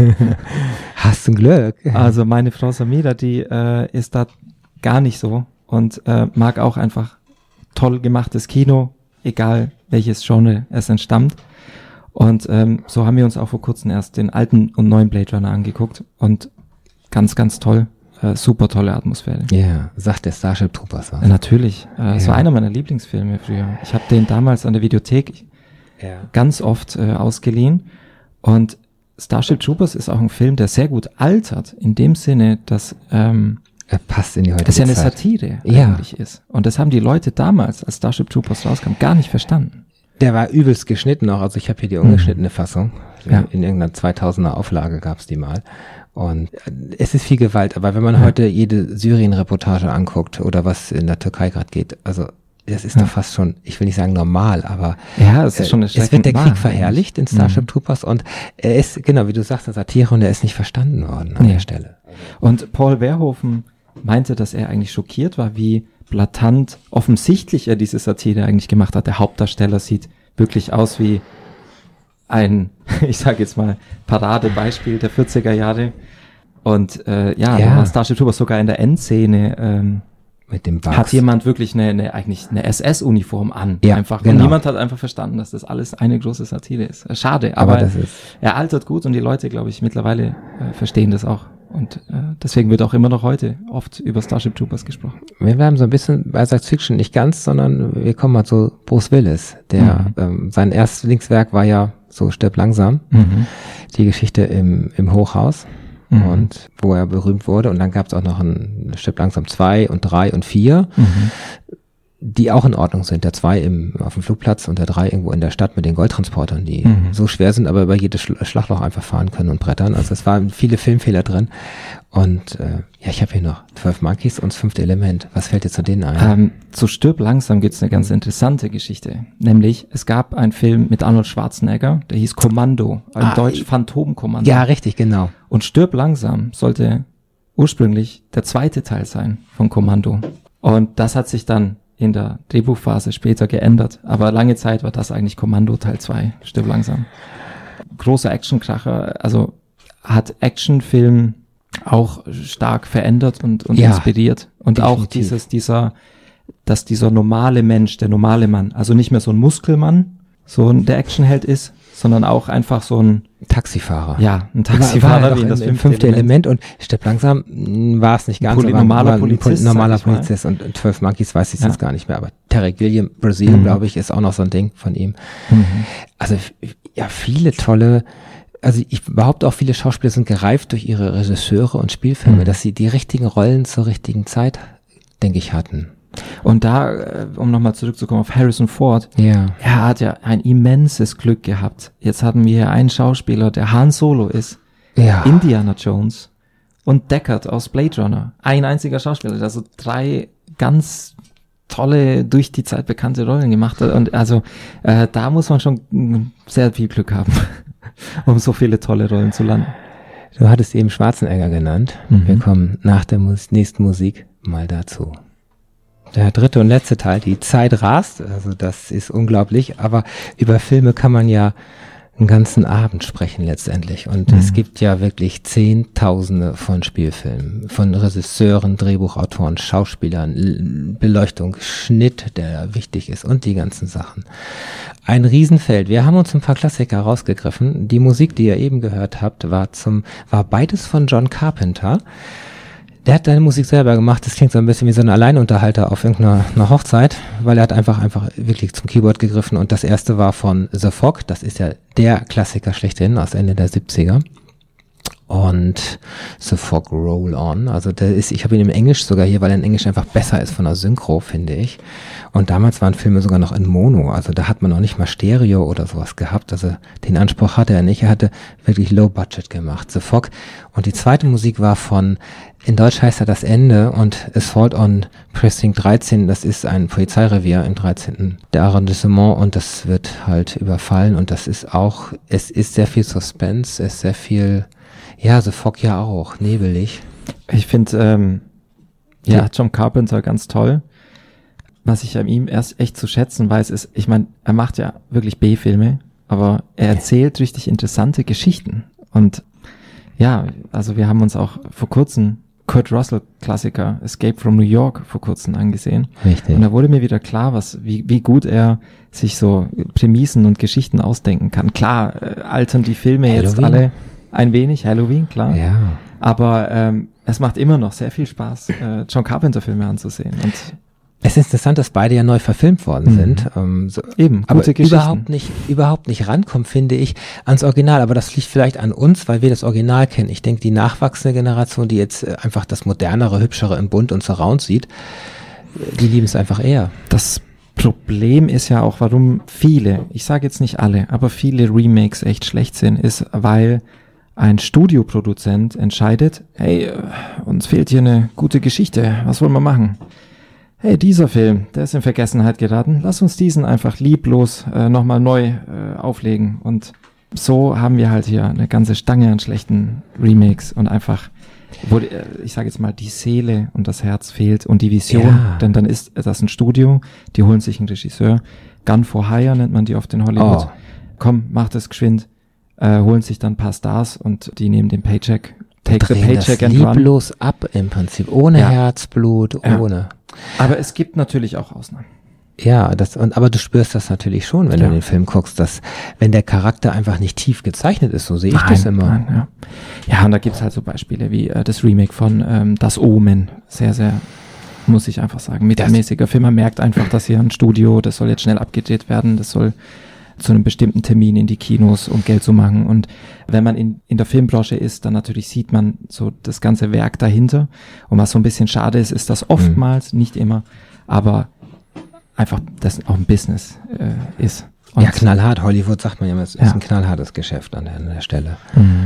Hast du Glück. Also meine Frau Samira, die ist da gar nicht so und mag auch einfach toll gemachtes Kino, egal welches Genre es entstammt. Und so haben wir uns auch vor kurzem erst den alten und neuen Blade Runner angeguckt und ganz, ganz toll. Super tolle Atmosphäre. Ja, sagt der Starship Troopers was. Natürlich. Es war einer meiner Lieblingsfilme früher. Ich habe den damals an der Videothek ganz oft ausgeliehen. Und Starship Troopers ist auch ein Film, der sehr gut altert, in dem Sinne, dass er passt in die heutige das ja eine Zeit. Satire eigentlich ist. Und das haben die Leute damals, als Starship Troopers rauskam, gar nicht verstanden. Der war übelst geschnitten auch. Also ich habe hier die ungeschnittene Fassung. Ja. In irgendeiner 2000er Auflage gab's die mal. Und es ist viel Gewalt, aber wenn man heute jede Syrien-Reportage anguckt oder was in der Türkei gerade geht, also das ist doch fast schon, ich will nicht sagen normal, aber es ist schon es wird der Krieg verherrlicht in Starship Troopers und er ist, genau wie du sagst, eine Satire und er ist nicht verstanden worden an der Stelle. Und Paul Verhoeven meinte, dass er eigentlich schockiert war, wie blatant offensichtlich er diese Satire eigentlich gemacht hat. Der Hauptdarsteller sieht wirklich aus wie ein, ich sage jetzt mal, Paradebeispiel der 40er Jahre. Und da war Starship Troopers sogar in der Endszene mit dem Bugs. Hat jemand wirklich eigentlich eine SS-Uniform an. Ja, einfach. Genau. Und niemand hat einfach verstanden, dass das alles eine große Satire ist. Schade, aber das ist er altert gut und die Leute, glaube ich, mittlerweile verstehen das auch. Und deswegen wird auch immer noch heute oft über Starship Troopers gesprochen. Wir bleiben so ein bisschen bei Science Fiction, nicht ganz, sondern wir kommen mal zu Bruce Willis. Der sein Erstlingswerk war ja so Stirb langsam. Die Geschichte im Hochhaus. Und wo er berühmt wurde. Und dann gab es auch noch ein Stirb langsam 2 und 3 und 4, die auch in Ordnung sind. Der 2 auf dem Flugplatz und der 3 irgendwo in der Stadt mit den Goldtransportern, die so schwer sind, aber über jedes Schlagloch einfach fahren können und brettern. Also es waren viele Filmfehler drin. Und ich habe hier noch 12 Monkeys und das 5. Element. Was fällt dir zu denen ein? Zu Stirb langsam gibt es eine ganz interessante Geschichte. Nämlich, es gab einen Film mit Arnold Schwarzenegger, der hieß Kommando, Deutsch Phantomkommando. Ja, richtig, genau. Und Stirb langsam sollte ursprünglich der 2. Teil sein von Kommando. Und das hat sich dann in der Drehbuchphase später geändert. Aber lange Zeit war das eigentlich Kommando Teil 2, Stirb langsam. Großer Actionkracher, also hat Actionfilm auch stark verändert und inspiriert. Und definitiv. Auch dass dieser normale Mensch, der normale Mann, also nicht mehr so ein Muskelmann, der Actionheld ist, sondern auch einfach so ein Taxifahrer. Ja, ein Taxifahrer war wie in das 5. Element und Stirb langsam war es nicht ganz, aber normaler Polizist und 12 Monkeys weiß ich jetzt gar nicht mehr, aber Tarek William, Brazil, glaube ich, ist auch noch so ein Ding von ihm. Also viele tolle, also ich behaupte auch, viele Schauspieler sind gereift durch ihre Regisseure und Spielfilme, dass sie die richtigen Rollen zur richtigen Zeit, denke ich, hatten. Und da, um nochmal zurückzukommen auf Harrison Ford, er hat ja ein immenses Glück gehabt. Jetzt haben wir hier einen Schauspieler, der Han Solo ist, Indiana Jones und Deckard aus Blade Runner. Ein einziger Schauspieler, der so 3 ganz tolle, durch die Zeit bekannte Rollen gemacht hat. Und also da muss man schon sehr viel Glück haben, um so viele tolle Rollen zu landen. Du hattest eben Schwarzenegger genannt. Wir kommen nach der nächsten Musik mal dazu. Der 3. und letzte Teil, die Zeit rast, also das ist unglaublich, aber über Filme kann man ja einen ganzen Abend sprechen letztendlich und es gibt ja wirklich Zehntausende von Spielfilmen, von Regisseuren, Drehbuchautoren, Schauspielern, Beleuchtung, Schnitt, der wichtig ist und die ganzen Sachen. Ein Riesenfeld. Wir haben uns ein paar Klassiker rausgegriffen. Die Musik, die ihr eben gehört habt, war beides von John Carpenter. Der hat seine Musik selber gemacht. Das klingt so ein bisschen wie so ein Alleinunterhalter auf irgendeiner Hochzeit, weil er hat einfach wirklich zum Keyboard gegriffen. Und das erste war von The Fog. Das ist ja der Klassiker schlechthin aus Ende der 70er. Und The Fog Roll On. Also ich habe ihn im Englisch sogar hier, weil er in Englisch einfach besser ist von der Synchro, finde ich. Und damals waren Filme sogar noch in Mono. Also da hat man noch nicht mal Stereo oder sowas gehabt. Also den Anspruch hatte er nicht. Er hatte wirklich Low Budget gemacht. The Fog. Und die zweite Musik war in Deutsch heißt er Das Ende und Assault on Precinct 13. Das ist ein Polizeirevier im 13. der Arrondissement und das wird halt überfallen. Und es ist sehr viel Suspense, es ist sehr viel, ja, The Fog ja auch, nebelig. Ich finde, John Carpenter ganz toll. Was ich an ihm erst echt zu schätzen weiß, ist, ich meine, er macht ja wirklich B-Filme, aber er erzählt richtig interessante Geschichten. Und ja, also wir haben uns auch vor kurzem Kurt Russell Klassiker Escape from New York vor kurzem angesehen. Richtig. Und da wurde mir wieder klar, wie gut er sich so Prämissen und Geschichten ausdenken kann. Klar, altern die Filme Halloween. Jetzt alle ein wenig, Halloween, klar. Ja. Aber es macht immer noch sehr viel Spaß, John Carpenter Filme anzusehen. Und es ist interessant, dass beide ja neu verfilmt worden sind. Eben, aber gute Geschichten. überhaupt nicht rankommen, finde ich, ans Original. Aber das liegt vielleicht an uns, weil wir das Original kennen. Ich denke, die nachwachsende Generation, die jetzt einfach das modernere, hübschere im Bund und Surround sieht, die lieben es einfach eher. Das Problem ist ja auch, warum viele, ich sage jetzt nicht alle, aber viele Remakes echt schlecht sind, ist, weil ein Studioproduzent entscheidet, hey, uns fehlt hier eine gute Geschichte, was wollen wir machen? Hey, dieser Film, der ist in Vergessenheit geraten, lass uns diesen einfach lieblos nochmal neu auflegen. Und so haben wir halt hier eine ganze Stange an schlechten Remakes und einfach, ich sage jetzt mal, die Seele und das Herz fehlt und die Vision, Ja. denn dann ist das ein Studio, die holen sich einen Regisseur, Gun for Hire nennt man die oft in Hollywood. Oh. Komm, mach das geschwind, holen sich dann ein paar Stars und die nehmen den Paycheck, take the Drehen paycheck das and run. lieblos ab im Prinzip, ohne Ja. Herzblut, Ja. ohne. Aber es gibt natürlich auch Ausnahmen. Ja, aber du spürst das natürlich schon, wenn Ja. du den Film guckst, dass, wenn der Charakter einfach nicht tief gezeichnet ist, so sehe ich das immer. Nein, ja, und da gibt's halt so Beispiele wie das Remake von Das Omen. Sehr, sehr, muss ich einfach sagen, mittelmäßiger Film. Man merkt einfach, dass hier ein Studio, das soll jetzt schnell abgedreht werden, das soll zu einem bestimmten Termin in die Kinos, um Geld zu machen. Und wenn man in der Filmbranche ist, dann natürlich sieht man so das ganze Werk dahinter. Und was so ein bisschen schade ist, ist, dass oftmals, nicht immer, aber einfach das auch ein Business ist. Und Ja, knallhart. Hollywood sagt man ja immer, es Ja. ist ein knallhartes Geschäft an der Stelle. Mhm.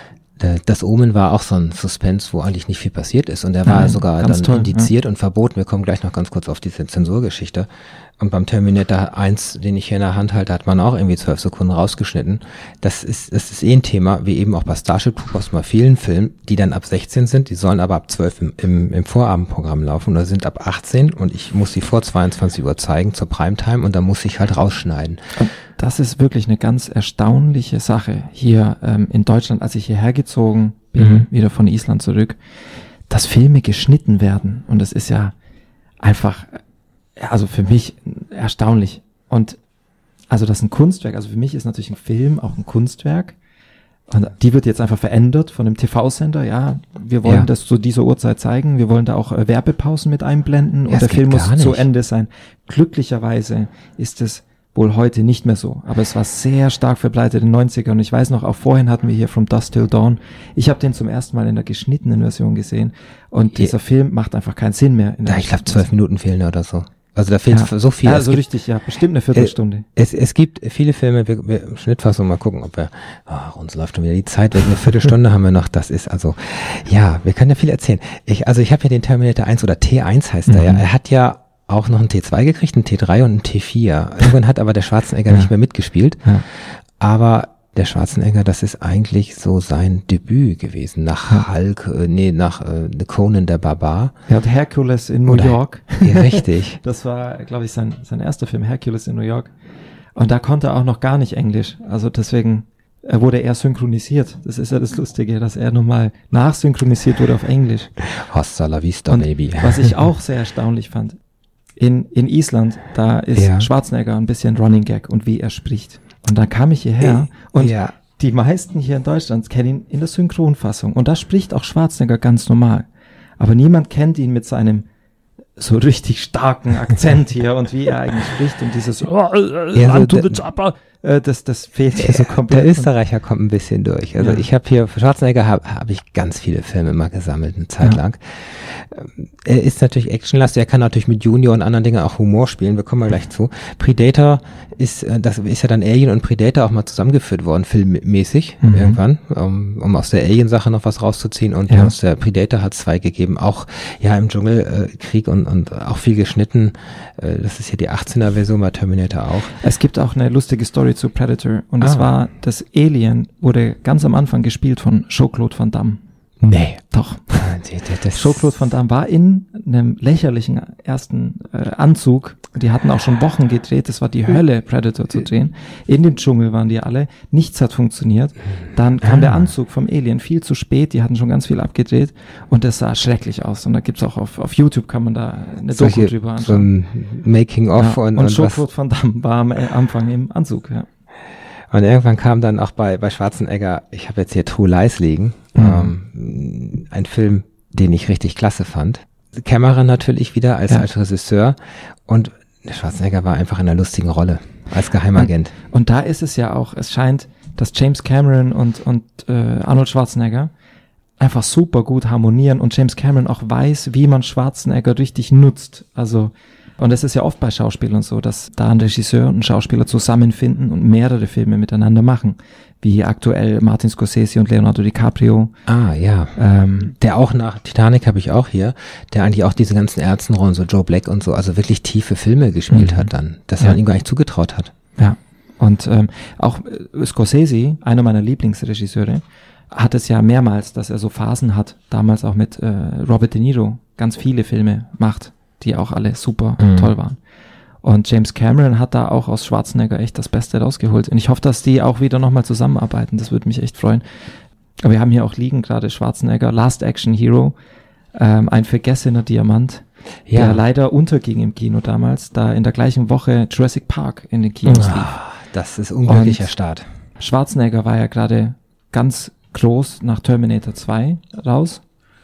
Das Omen war auch so ein Suspense, wo eigentlich nicht viel passiert ist. Und der war Nein, sogar ganz dann toll, indiziert und verboten. Wir kommen gleich noch ganz kurz auf diese Zensurgeschichte. Und beim Terminator 1, den ich hier in der Hand halte, hat man auch irgendwie 12 Sekunden rausgeschnitten. Das ist ein Thema, wie eben auch bei Starship Troopers bei vielen Filmen, die dann ab 16 sind, die sollen aber ab 12 im Vorabendprogramm laufen oder sind ab 18 und ich muss sie vor 22 Uhr zeigen zur Primetime und dann muss ich halt rausschneiden. Und das ist wirklich eine ganz erstaunliche Sache hier in Deutschland, als ich hierher gezogen bin, wieder von Island zurück, dass Filme geschnitten werden. Und das ist ja einfach, also für mich erstaunlich. Und also das ist ein Kunstwerk. Also für mich ist natürlich ein Film auch ein Kunstwerk. Und die wird jetzt einfach verändert von dem TV-Sender. Ja, wir wollen das zu dieser Uhrzeit zeigen. Wir wollen da auch Werbepausen mit einblenden. Ja, und der das Film geht muss gar zu nicht. Ende sein. Glücklicherweise ist es wohl heute nicht mehr so. Aber es war sehr stark verbreitet in den 90ern. Und ich weiß noch, auch vorhin hatten wir hier From Dusk Till Dawn. Ich habe den zum ersten Mal in der geschnittenen Version gesehen. Und dieser Film macht einfach keinen Sinn mehr. In der Ja, ich glaube geschnittenen 12 Minuten fehlen oder so. Also da fehlt so viel. Ja, Es so gibt- richtig, ja. Bestimmt eine Viertelstunde. Es gibt viele Filme, wir Schnittfassung mal gucken, ob wir, uns läuft schon wieder die Zeit weg, eine Viertelstunde haben wir noch, das ist also, ja, wir können ja viel erzählen. Ich habe ja den Terminator 1 oder T1 heißt er ja, er hat ja auch noch einen T2 gekriegt, einen T3 und einen T4. Irgendwann hat aber der Schwarzenegger nicht mehr mitgespielt, aber der Schwarzenegger, das ist eigentlich so sein Debüt gewesen, nach Hulk, nach Conan der Barbar. Er hat Hercules in New Oder- York. Ja, richtig. Das war, glaube ich, sein erster Film, Hercules in New York. Und da konnte er auch noch gar nicht Englisch. Also deswegen wurde er synchronisiert. Das ist ja das Lustige, dass er nochmal nachsynchronisiert wurde auf Englisch. Hasta la vista, Und baby. was ich auch sehr erstaunlich fand, in Island, da ist Ja. Schwarzenegger ein bisschen Running Gag und wie er spricht. Und dann kam ich hierher und ja. die meisten hier in Deutschland kennen ihn in der Synchronfassung. Und da spricht auch Schwarzenegger ganz normal. aber niemand kennt ihn mit seinem so richtig starken Akzent hier und wie er eigentlich spricht und dieses Run to the chopper, das fehlt hier so komplett. Der Österreicher kommt ein bisschen durch. Also ich habe hier, für Schwarzenegger habe ich ganz viele Filme mal gesammelt, eine Zeit lang. Er ist natürlich actionlastig, er kann natürlich mit Junior und anderen Dingen auch Humor spielen, wir kommen mal gleich zu. Predator das ist ja dann Alien und Predator auch mal zusammengeführt worden, filmmäßig, irgendwann, um aus der Alien-Sache noch was rauszuziehen und aus der Predator hat 2 gegeben, auch im Dschungelkrieg und auch viel geschnitten. Das ist hier die 18er-Version bei Terminator auch. Es gibt auch eine lustige Story zu Predator und das war, das Alien wurde ganz am Anfang gespielt von Jean-Claude Van Damme. Nee. Doch. Jean-Claude Van Damme war in einem lächerlichen ersten Anzug. Die hatten auch schon Wochen gedreht. Das war die Hölle, Predator zu drehen. In dem Dschungel waren die alle. Nichts hat funktioniert. Dann kam der Anzug vom Alien viel zu spät. Die hatten schon ganz viel abgedreht. Und das sah schrecklich aus. Und da gibt's auch auf YouTube kann man da eine Doku drüber anschauen. So ein Making-of. Und Jean-Claude Van Damme war am Anfang im Anzug, ja. Und irgendwann kam dann auch bei Schwarzenegger, ich habe jetzt hier True Lies liegen, ein Film, den ich richtig klasse fand. Cameron natürlich wieder als Regisseur und Schwarzenegger war einfach in einer lustigen Rolle als Geheimagent. Und da ist es ja auch, es scheint, dass James Cameron und Arnold Schwarzenegger einfach super gut harmonieren und James Cameron auch weiß, wie man Schwarzenegger richtig nutzt. Also und es ist ja oft bei Schauspielern so, dass da ein Regisseur und ein Schauspieler zusammenfinden und mehrere Filme miteinander machen. Wie aktuell Martin Scorsese und Leonardo DiCaprio. Der auch nach Titanic habe ich auch hier, der eigentlich auch diese ganzen Ärztenrollen, so Joe Black und so, also wirklich tiefe Filme gespielt hat dann, dass man ihm gar nicht zugetraut hat. Ja, und auch Scorsese, einer meiner Lieblingsregisseure, hat es ja mehrmals, dass er so Phasen hat, damals auch mit Robert De Niro, ganz viele Filme macht, die auch alle super toll waren. Und James Cameron hat da auch aus Schwarzenegger echt das Beste rausgeholt. Und ich hoffe, dass die auch wieder nochmal zusammenarbeiten. Das würde mich echt freuen. Aber wir haben hier auch liegen gerade Schwarzenegger, Last Action Hero, ein vergessener Diamant, der leider unterging im Kino damals, da in der gleichen Woche Jurassic Park in den Kinos lief. Das ist unglücklicher Start. Schwarzenegger war ja gerade ganz groß nach Terminator 2 raus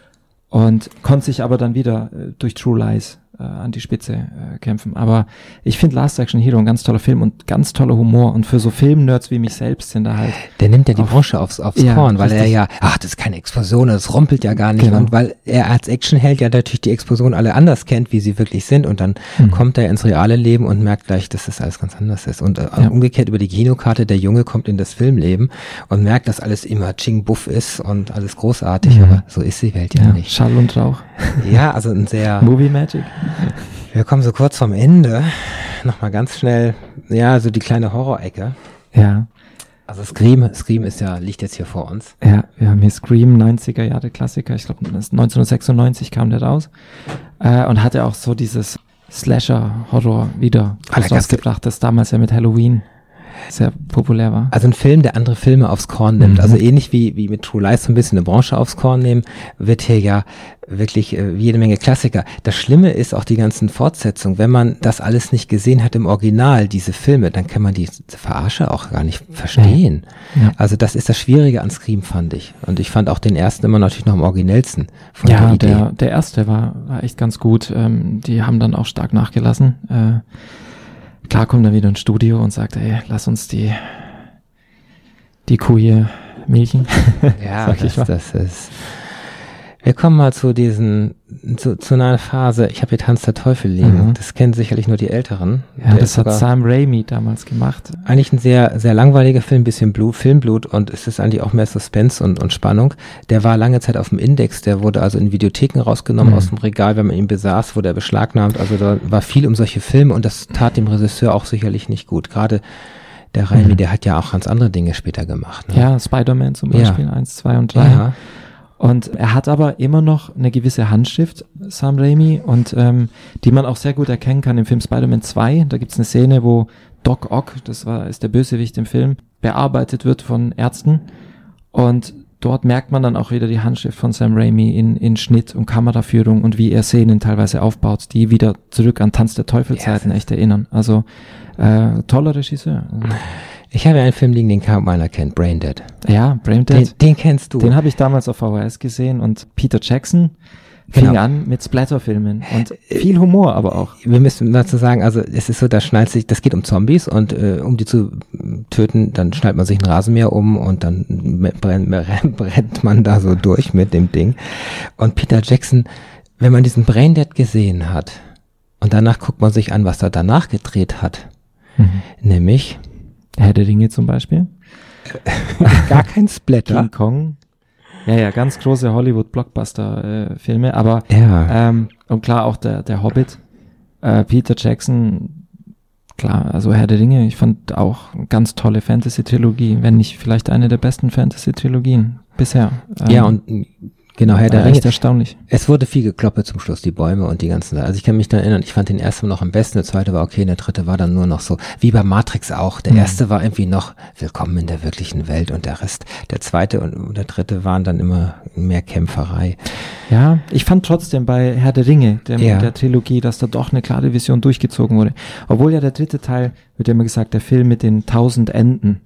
und konnte sich aber dann wieder durch True Lies an die Spitze kämpfen. Aber ich finde Last Action Hero ein ganz toller Film und ganz toller Humor. Und für so Filmnerds wie mich selbst sind da halt... Der nimmt ja die Branche aufs Korn, weil er das ist keine Explosion, das rumpelt ja gar nicht. Genau. Und weil er als Actionheld ja natürlich die Explosion alle anders kennt, wie sie wirklich sind. Und dann kommt er ins reale Leben und merkt gleich, dass das alles ganz anders ist. Und umgekehrt über die Kinokarte, der Junge kommt in das Filmleben und merkt, dass alles immer Ching-Buff ist und alles großartig. Aber so ist die Welt ja nicht. Schall und Rauch. Ja, also ein sehr... Movie Magic. Wir kommen so kurz vom Ende. Nochmal ganz schnell, so die kleine Horrorecke. Ja. Also Scream ist liegt jetzt hier vor uns. Ja, wir haben hier Scream, 90er Jahre Klassiker. Ich glaube, 1996 kam der raus. Und hatte auch so dieses Slasher-Horror wieder rausgebracht, das damals ja mit Halloween sehr populär war. Also ein Film, der andere Filme aufs Korn nimmt. Also ähnlich wie mit True Lies so ein bisschen eine Branche aufs Korn nehmen, wird hier ja wirklich jede Menge Klassiker. Das Schlimme ist auch die ganzen Fortsetzungen. Wenn man das alles nicht gesehen hat im Original, diese Filme, dann kann man die Verarsche auch gar nicht verstehen. Ja. Also das ist das Schwierige an Scream, fand ich. Und ich fand auch den ersten immer natürlich noch am originellsten. Von der Idee. Der erste war echt ganz gut. Die haben dann auch stark nachgelassen. Klar kommt dann wieder ins Studio und sagt, ey, lass uns die Kuh hier milchen. Ja, das ist... Wir kommen mal zu einer Phase, ich habe hier Tanz der Teufel liegen. Das kennen sicherlich nur die Älteren. Ja, das hat Sam Raimi damals gemacht. Eigentlich ein sehr, sehr langweiliger Film, bisschen Filmblut und es ist eigentlich auch mehr Suspense und Spannung. Der war lange Zeit auf dem Index, der wurde also in Videotheken rausgenommen aus dem Regal, wenn man ihn besaß, wurde er beschlagnahmt. Also da war viel um solche Filme und das tat dem Regisseur auch sicherlich nicht gut. Gerade der Raimi, der hat ja auch ganz andere Dinge später gemacht. Ne? Ja, Spider-Man zum Beispiel, 1, 2 und 3. Ja. Und er hat aber immer noch eine gewisse Handschrift, Sam Raimi, und die man auch sehr gut erkennen kann im Film Spider-Man 2. Da gibt's eine Szene, wo Doc Ock, ist der Bösewicht im Film, bearbeitet wird von Ärzten. Und dort merkt man dann auch wieder die Handschrift von Sam Raimi in Schnitt und Kameraführung und wie er Szenen teilweise aufbaut, die wieder zurück an Tanz der Teufel-Zeiten echt erinnern. Also toller Regisseur. Ich habe ja einen Film liegen, den kaum einer kennt, Braindead. Ja, Braindead. Den kennst du. Den habe ich damals auf VHS gesehen und Peter Jackson fing an mit Splatterfilmen und viel Humor aber auch. Wir müssen dazu sagen, also es ist so, das geht um Zombies und um die zu töten, dann schnallt man sich ein Rasenmäher um und dann brennt man da so durch mit dem Ding. Und Peter Jackson, wenn man diesen Braindead gesehen hat und danach guckt man sich an, was er danach gedreht hat, nämlich Herr der Ringe zum Beispiel. Gar kein Splatter. King Kong. Ja, ganz große Hollywood-Blockbuster-Filme, aber und klar auch der Hobbit, Peter Jackson, klar, also Herr der Ringe, ich fand auch eine ganz tolle Fantasy-Trilogie, wenn nicht vielleicht eine der besten Fantasy-Trilogien bisher. Und genau, Herr der Ringe. Echt erstaunlich. Es wurde viel gekloppt zum Schluss, die Bäume und die ganzen, also ich kann mich dann erinnern, ich fand den ersten noch am besten, der zweite war okay, der dritte war dann nur noch so, wie bei Matrix auch, der erste war irgendwie noch willkommen in der wirklichen Welt und der Rest, der zweite und der dritte waren dann immer mehr Kämpferei. Ja, ich fand trotzdem bei Herr der Ringe, der Trilogie, dass da doch eine klare Vision durchgezogen wurde. Obwohl ja der dritte Teil, wird ja immer gesagt, der Film mit den 1000 Enden.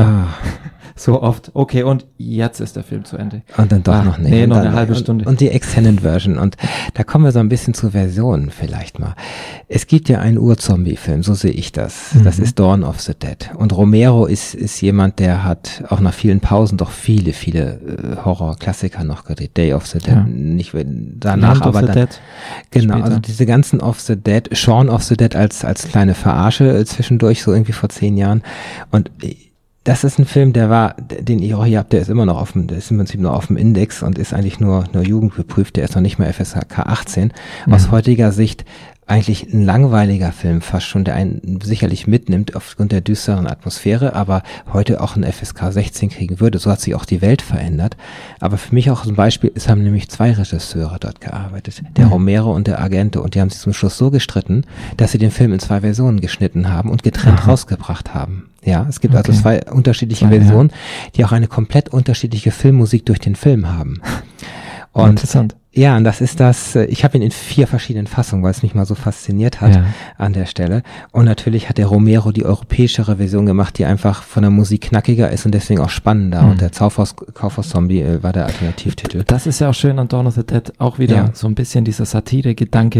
So oft. Okay, und jetzt ist der Film zu Ende. Und dann doch noch nicht. Nee, noch eine halbe Stunde. Und die Extended Version. Und da kommen wir so ein bisschen zu Versionen vielleicht mal. Es gibt ja einen Ur-Zombie-Film, so sehe ich das. Das ist Dawn of the Dead. Und Romero ist jemand, der hat auch nach vielen Pausen doch viele Horror-Klassiker noch gedreht. Day of the Dead. Ja. Nicht danach, aber dann. Dead Genau, später. also diese ganzen of the Dead, Shaun of the Dead als kleine Verarsche zwischendurch, so irgendwie vor 10 Jahren. Und das ist ein Film, den ihr auch hier habt, der ist im Prinzip nur auf dem Index und ist eigentlich nur jugendgeprüft, der ist noch nicht mal FSK 18. Aus heutiger Sicht eigentlich ein langweiliger Film fast schon, der einen sicherlich mitnimmt aufgrund der düsteren Atmosphäre, aber heute auch ein FSK 16 kriegen würde. So hat sich auch die Welt verändert. Aber für mich auch so ein Beispiel, es haben nämlich 2 Regisseure dort gearbeitet, der Romero und der Argento, und die haben sich zum Schluss so gestritten, dass sie den Film in 2 Versionen geschnitten haben und getrennt rausgebracht haben. Ja, es gibt also 2 unterschiedliche Versionen, die auch eine komplett unterschiedliche Filmmusik durch den Film haben. Und interessant. Ja, und das ist ich habe ihn in 4 verschiedenen Fassungen, weil es mich mal so fasziniert hat an der Stelle. Und natürlich hat der Romero die europäischere Version gemacht, die einfach von der Musik knackiger ist und deswegen auch spannender. Und der Kaufhaus-Zombie war der Alternativtitel. Das ist ja auch schön an Dawn of the Dead, auch wieder so ein bisschen dieser Satire-Gedanke,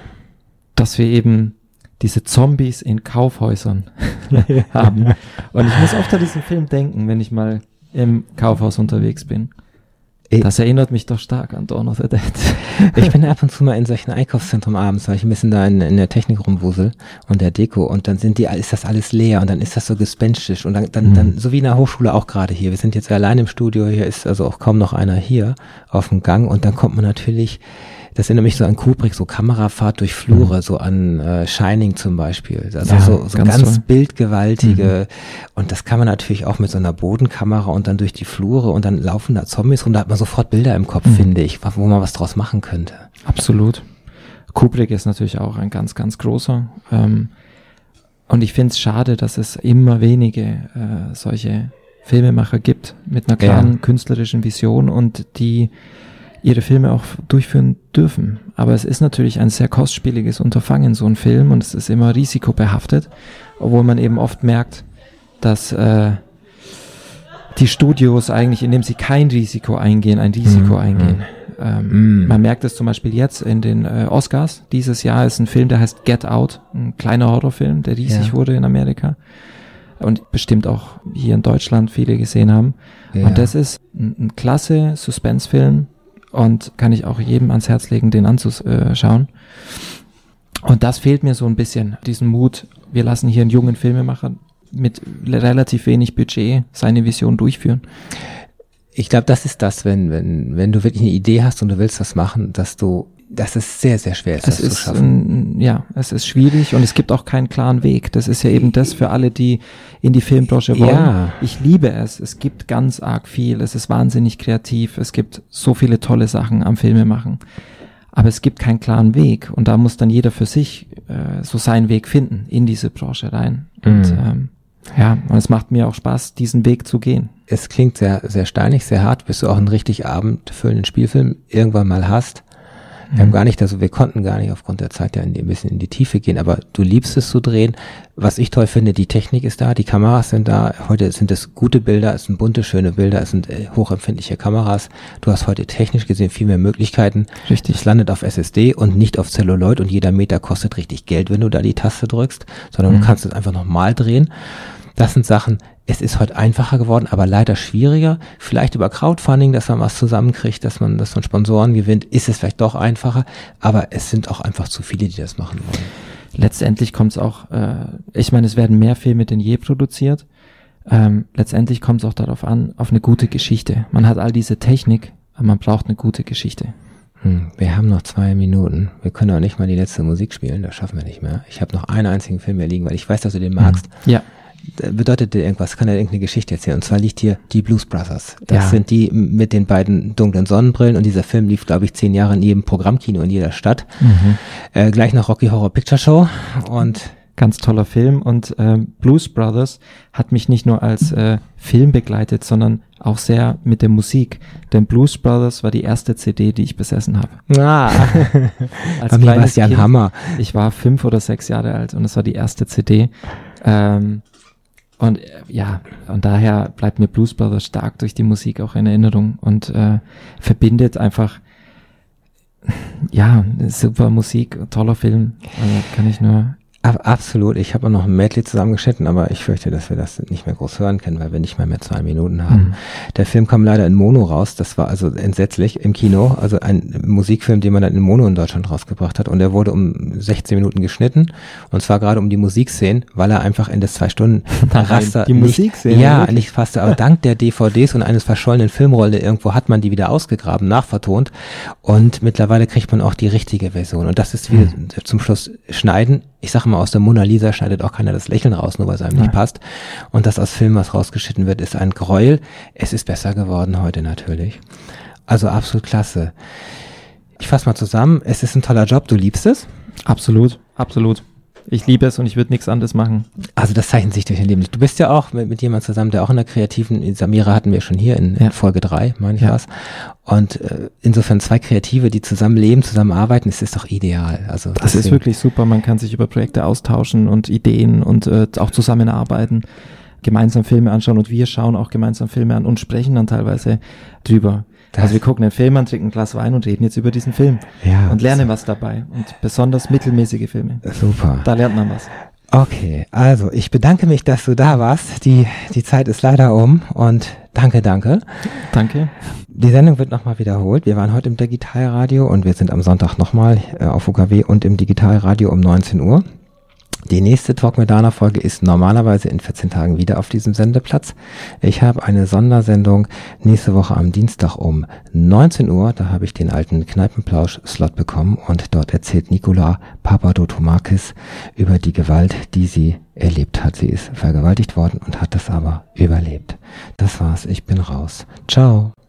dass wir eben diese Zombies in Kaufhäusern haben. Und ich muss oft an diesen Film denken, wenn ich mal im Kaufhaus unterwegs bin. Das erinnert mich doch stark an Dawn of the Dead. Ich bin ab und zu mal in solchen Einkaufszentren abends, weil ich ein bisschen da in der Technik rumwusel und der Deko, und dann ist das alles leer und dann ist das so gespenstisch und dann so wie in der Hochschule auch gerade hier. Wir sind jetzt allein im Studio, hier ist also auch kaum noch einer hier auf dem Gang, und dann kommt man natürlich, das erinnert mich so an Kubrick, so Kamerafahrt durch Flure, so an Shining zum Beispiel. Also so ganz bildgewaltige, und das kann man natürlich auch mit so einer Bodenkamera und dann durch die Flure und dann laufen da Zombies rum, da hat man sofort Bilder im Kopf, finde ich, wo man was draus machen könnte. Absolut. Kubrick ist natürlich auch ein ganz, ganz großer. Und ich finde es schade, dass es immer wenige solche Filmemacher gibt mit einer klaren künstlerischen Vision und die ihre Filme auch durchführen dürfen. Aber es ist natürlich ein sehr kostspieliges Unterfangen, so ein Film, und es ist immer risikobehaftet, obwohl man eben oft merkt, dass die Studios eigentlich, indem sie kein Risiko eingehen, ein Risiko eingehen. Man merkt es zum Beispiel jetzt in den Oscars. Dieses Jahr ist ein Film, der heißt Get Out, ein kleiner Horrorfilm, der riesig wurde in Amerika und bestimmt auch hier in Deutschland viele gesehen haben. Ja. Und das ist ein klasse Suspense-Film, und kann ich auch jedem ans Herz legen, den anzuschauen. Und das fehlt mir so ein bisschen, diesen Mut. Wir lassen hier einen jungen Filmemacher mit relativ wenig Budget seine Vision durchführen. Ich glaube, das ist das, wenn du wirklich eine Idee hast und du willst was machen, dass es sehr, sehr schwer ist, das zu schaffen. Es ist schwierig und es gibt auch keinen klaren Weg. Das ist ja eben das für alle, die in die Filmbranche wollen. Ja. Ich liebe es. Es gibt ganz arg viel. Es ist wahnsinnig kreativ. Es gibt so viele tolle Sachen am Filmemachen. Aber es gibt keinen klaren Weg. Und da muss dann jeder für sich so seinen Weg finden in diese Branche rein. Und und es macht mir auch Spaß, diesen Weg zu gehen. Es klingt sehr, sehr steinig, sehr hart, bis du auch einen richtig abendfüllenden Spielfilm irgendwann mal hast. Wir konnten gar nicht aufgrund der Zeit ja ein bisschen in die Tiefe gehen, aber du liebst es zu drehen. Was ich toll finde, die Technik ist da, die Kameras sind da. Heute sind es gute Bilder, es sind bunte, schöne Bilder, es sind hochempfindliche Kameras. Du hast heute technisch gesehen viel mehr Möglichkeiten. Richtig. Es landet auf SSD und nicht auf Celluloid und jeder Meter kostet richtig Geld, wenn du da die Taste drückst, sondern du kannst es einfach nochmal drehen. Das sind Sachen, es ist heute einfacher geworden, aber leider schwieriger. Vielleicht über Crowdfunding, dass man was zusammenkriegt, dass man Sponsoren gewinnt, ist es vielleicht doch einfacher, aber es sind auch einfach zu viele, die das machen wollen. Letztendlich kommt es auch, ich meine, es werden mehr Filme denn je produziert. Letztendlich kommt es auch darauf an, auf eine gute Geschichte. Man hat all diese Technik, aber man braucht eine gute Geschichte. Wir haben noch 2 Minuten. Wir können auch nicht mal die letzte Musik spielen, das schaffen wir nicht mehr. Ich habe noch einen einzigen Film hier liegen, weil ich weiß, dass du den magst. Ja. Bedeutet dir irgendwas, kann er irgendeine Geschichte erzählen. Und zwar liegt hier die Blues Brothers. Das sind die mit den beiden dunklen Sonnenbrillen und dieser Film lief, glaube ich, 10 Jahre in jedem Programmkino in jeder Stadt. Gleich nach Rocky Horror Picture Show und ganz toller Film und Blues Brothers hat mich nicht nur als Film begleitet, sondern auch sehr mit der Musik. Denn Blues Brothers war die erste CD, die ich besessen habe. Als bei mir war es ja ein Hammer. Ich war 5 oder 6 Jahre alt und es war die erste CD. Und daher bleibt mir Blues Brothers stark durch die Musik auch in Erinnerung und verbindet einfach super Musik, toller Film. Also kann ich nur... Absolut. Ich habe auch noch ein Medley zusammengeschnitten, aber ich fürchte, dass wir das nicht mehr groß hören können, weil wir nicht mehr 2 Minuten haben. Der Film kam leider in Mono raus. Das war also entsetzlich im Kino. Also ein Musikfilm, den man dann in Mono in Deutschland rausgebracht hat. Und er wurde um 16 Minuten geschnitten. Und zwar gerade um die Musikszenen, weil er einfach in das 2 Stunden Raster die Musikszenen? Ja, nicht passte. Aber dank der DVDs und eines verschollenen Filmrolle irgendwo hat man die wieder ausgegraben, nachvertont. Und mittlerweile kriegt man auch die richtige Version. Und das ist wieder zum Schluss Schneiden. Ich sage mal, aus der Mona Lisa schneidet auch keiner das Lächeln raus, nur weil es einem nicht passt. Und das aus Film, was rausgeschnitten wird, ist ein Gräuel. Es ist besser geworden heute natürlich. Also absolut klasse. Ich fasse mal zusammen. Es ist ein toller Job. Du liebst es? Absolut, absolut. Ich liebe es und ich würde nichts anderes machen. Also das zeichnet sich durch dein Leben. Du bist ja auch mit jemandem zusammen, der auch in der kreativen, Samira hatten wir schon hier in Folge 3, meine ich was. Und insofern 2 Kreative, die zusammen leben, zusammen arbeiten, es ist doch ideal. Also das ist wirklich super. Man kann sich über Projekte austauschen und Ideen und auch zusammenarbeiten, gemeinsam Filme anschauen und wir schauen auch gemeinsam Filme an und sprechen dann teilweise drüber. Also wir gucken einen Film an, trinken ein Glas Wein und reden jetzt über diesen Film und lernen was dabei. Und besonders mittelmäßige Filme. Super. Da lernt man was. Okay, also ich bedanke mich, dass du da warst. Die Zeit ist leider um und danke. Danke. Die Sendung wird nochmal wiederholt. Wir waren heute im Digitalradio und wir sind am Sonntag nochmal auf UKW und im Digitalradio um 19 Uhr. Die nächste Talk mit Dana Folge ist normalerweise in 14 Tagen wieder auf diesem Sendeplatz. Ich habe eine Sondersendung nächste Woche am Dienstag um 19 Uhr. Da habe ich den alten Kneipenplausch-Slot bekommen und dort erzählt Nicola Papadotoumakis über die Gewalt, die sie erlebt hat. Sie ist vergewaltigt worden und hat das aber überlebt. Das war's. Ich bin raus. Ciao.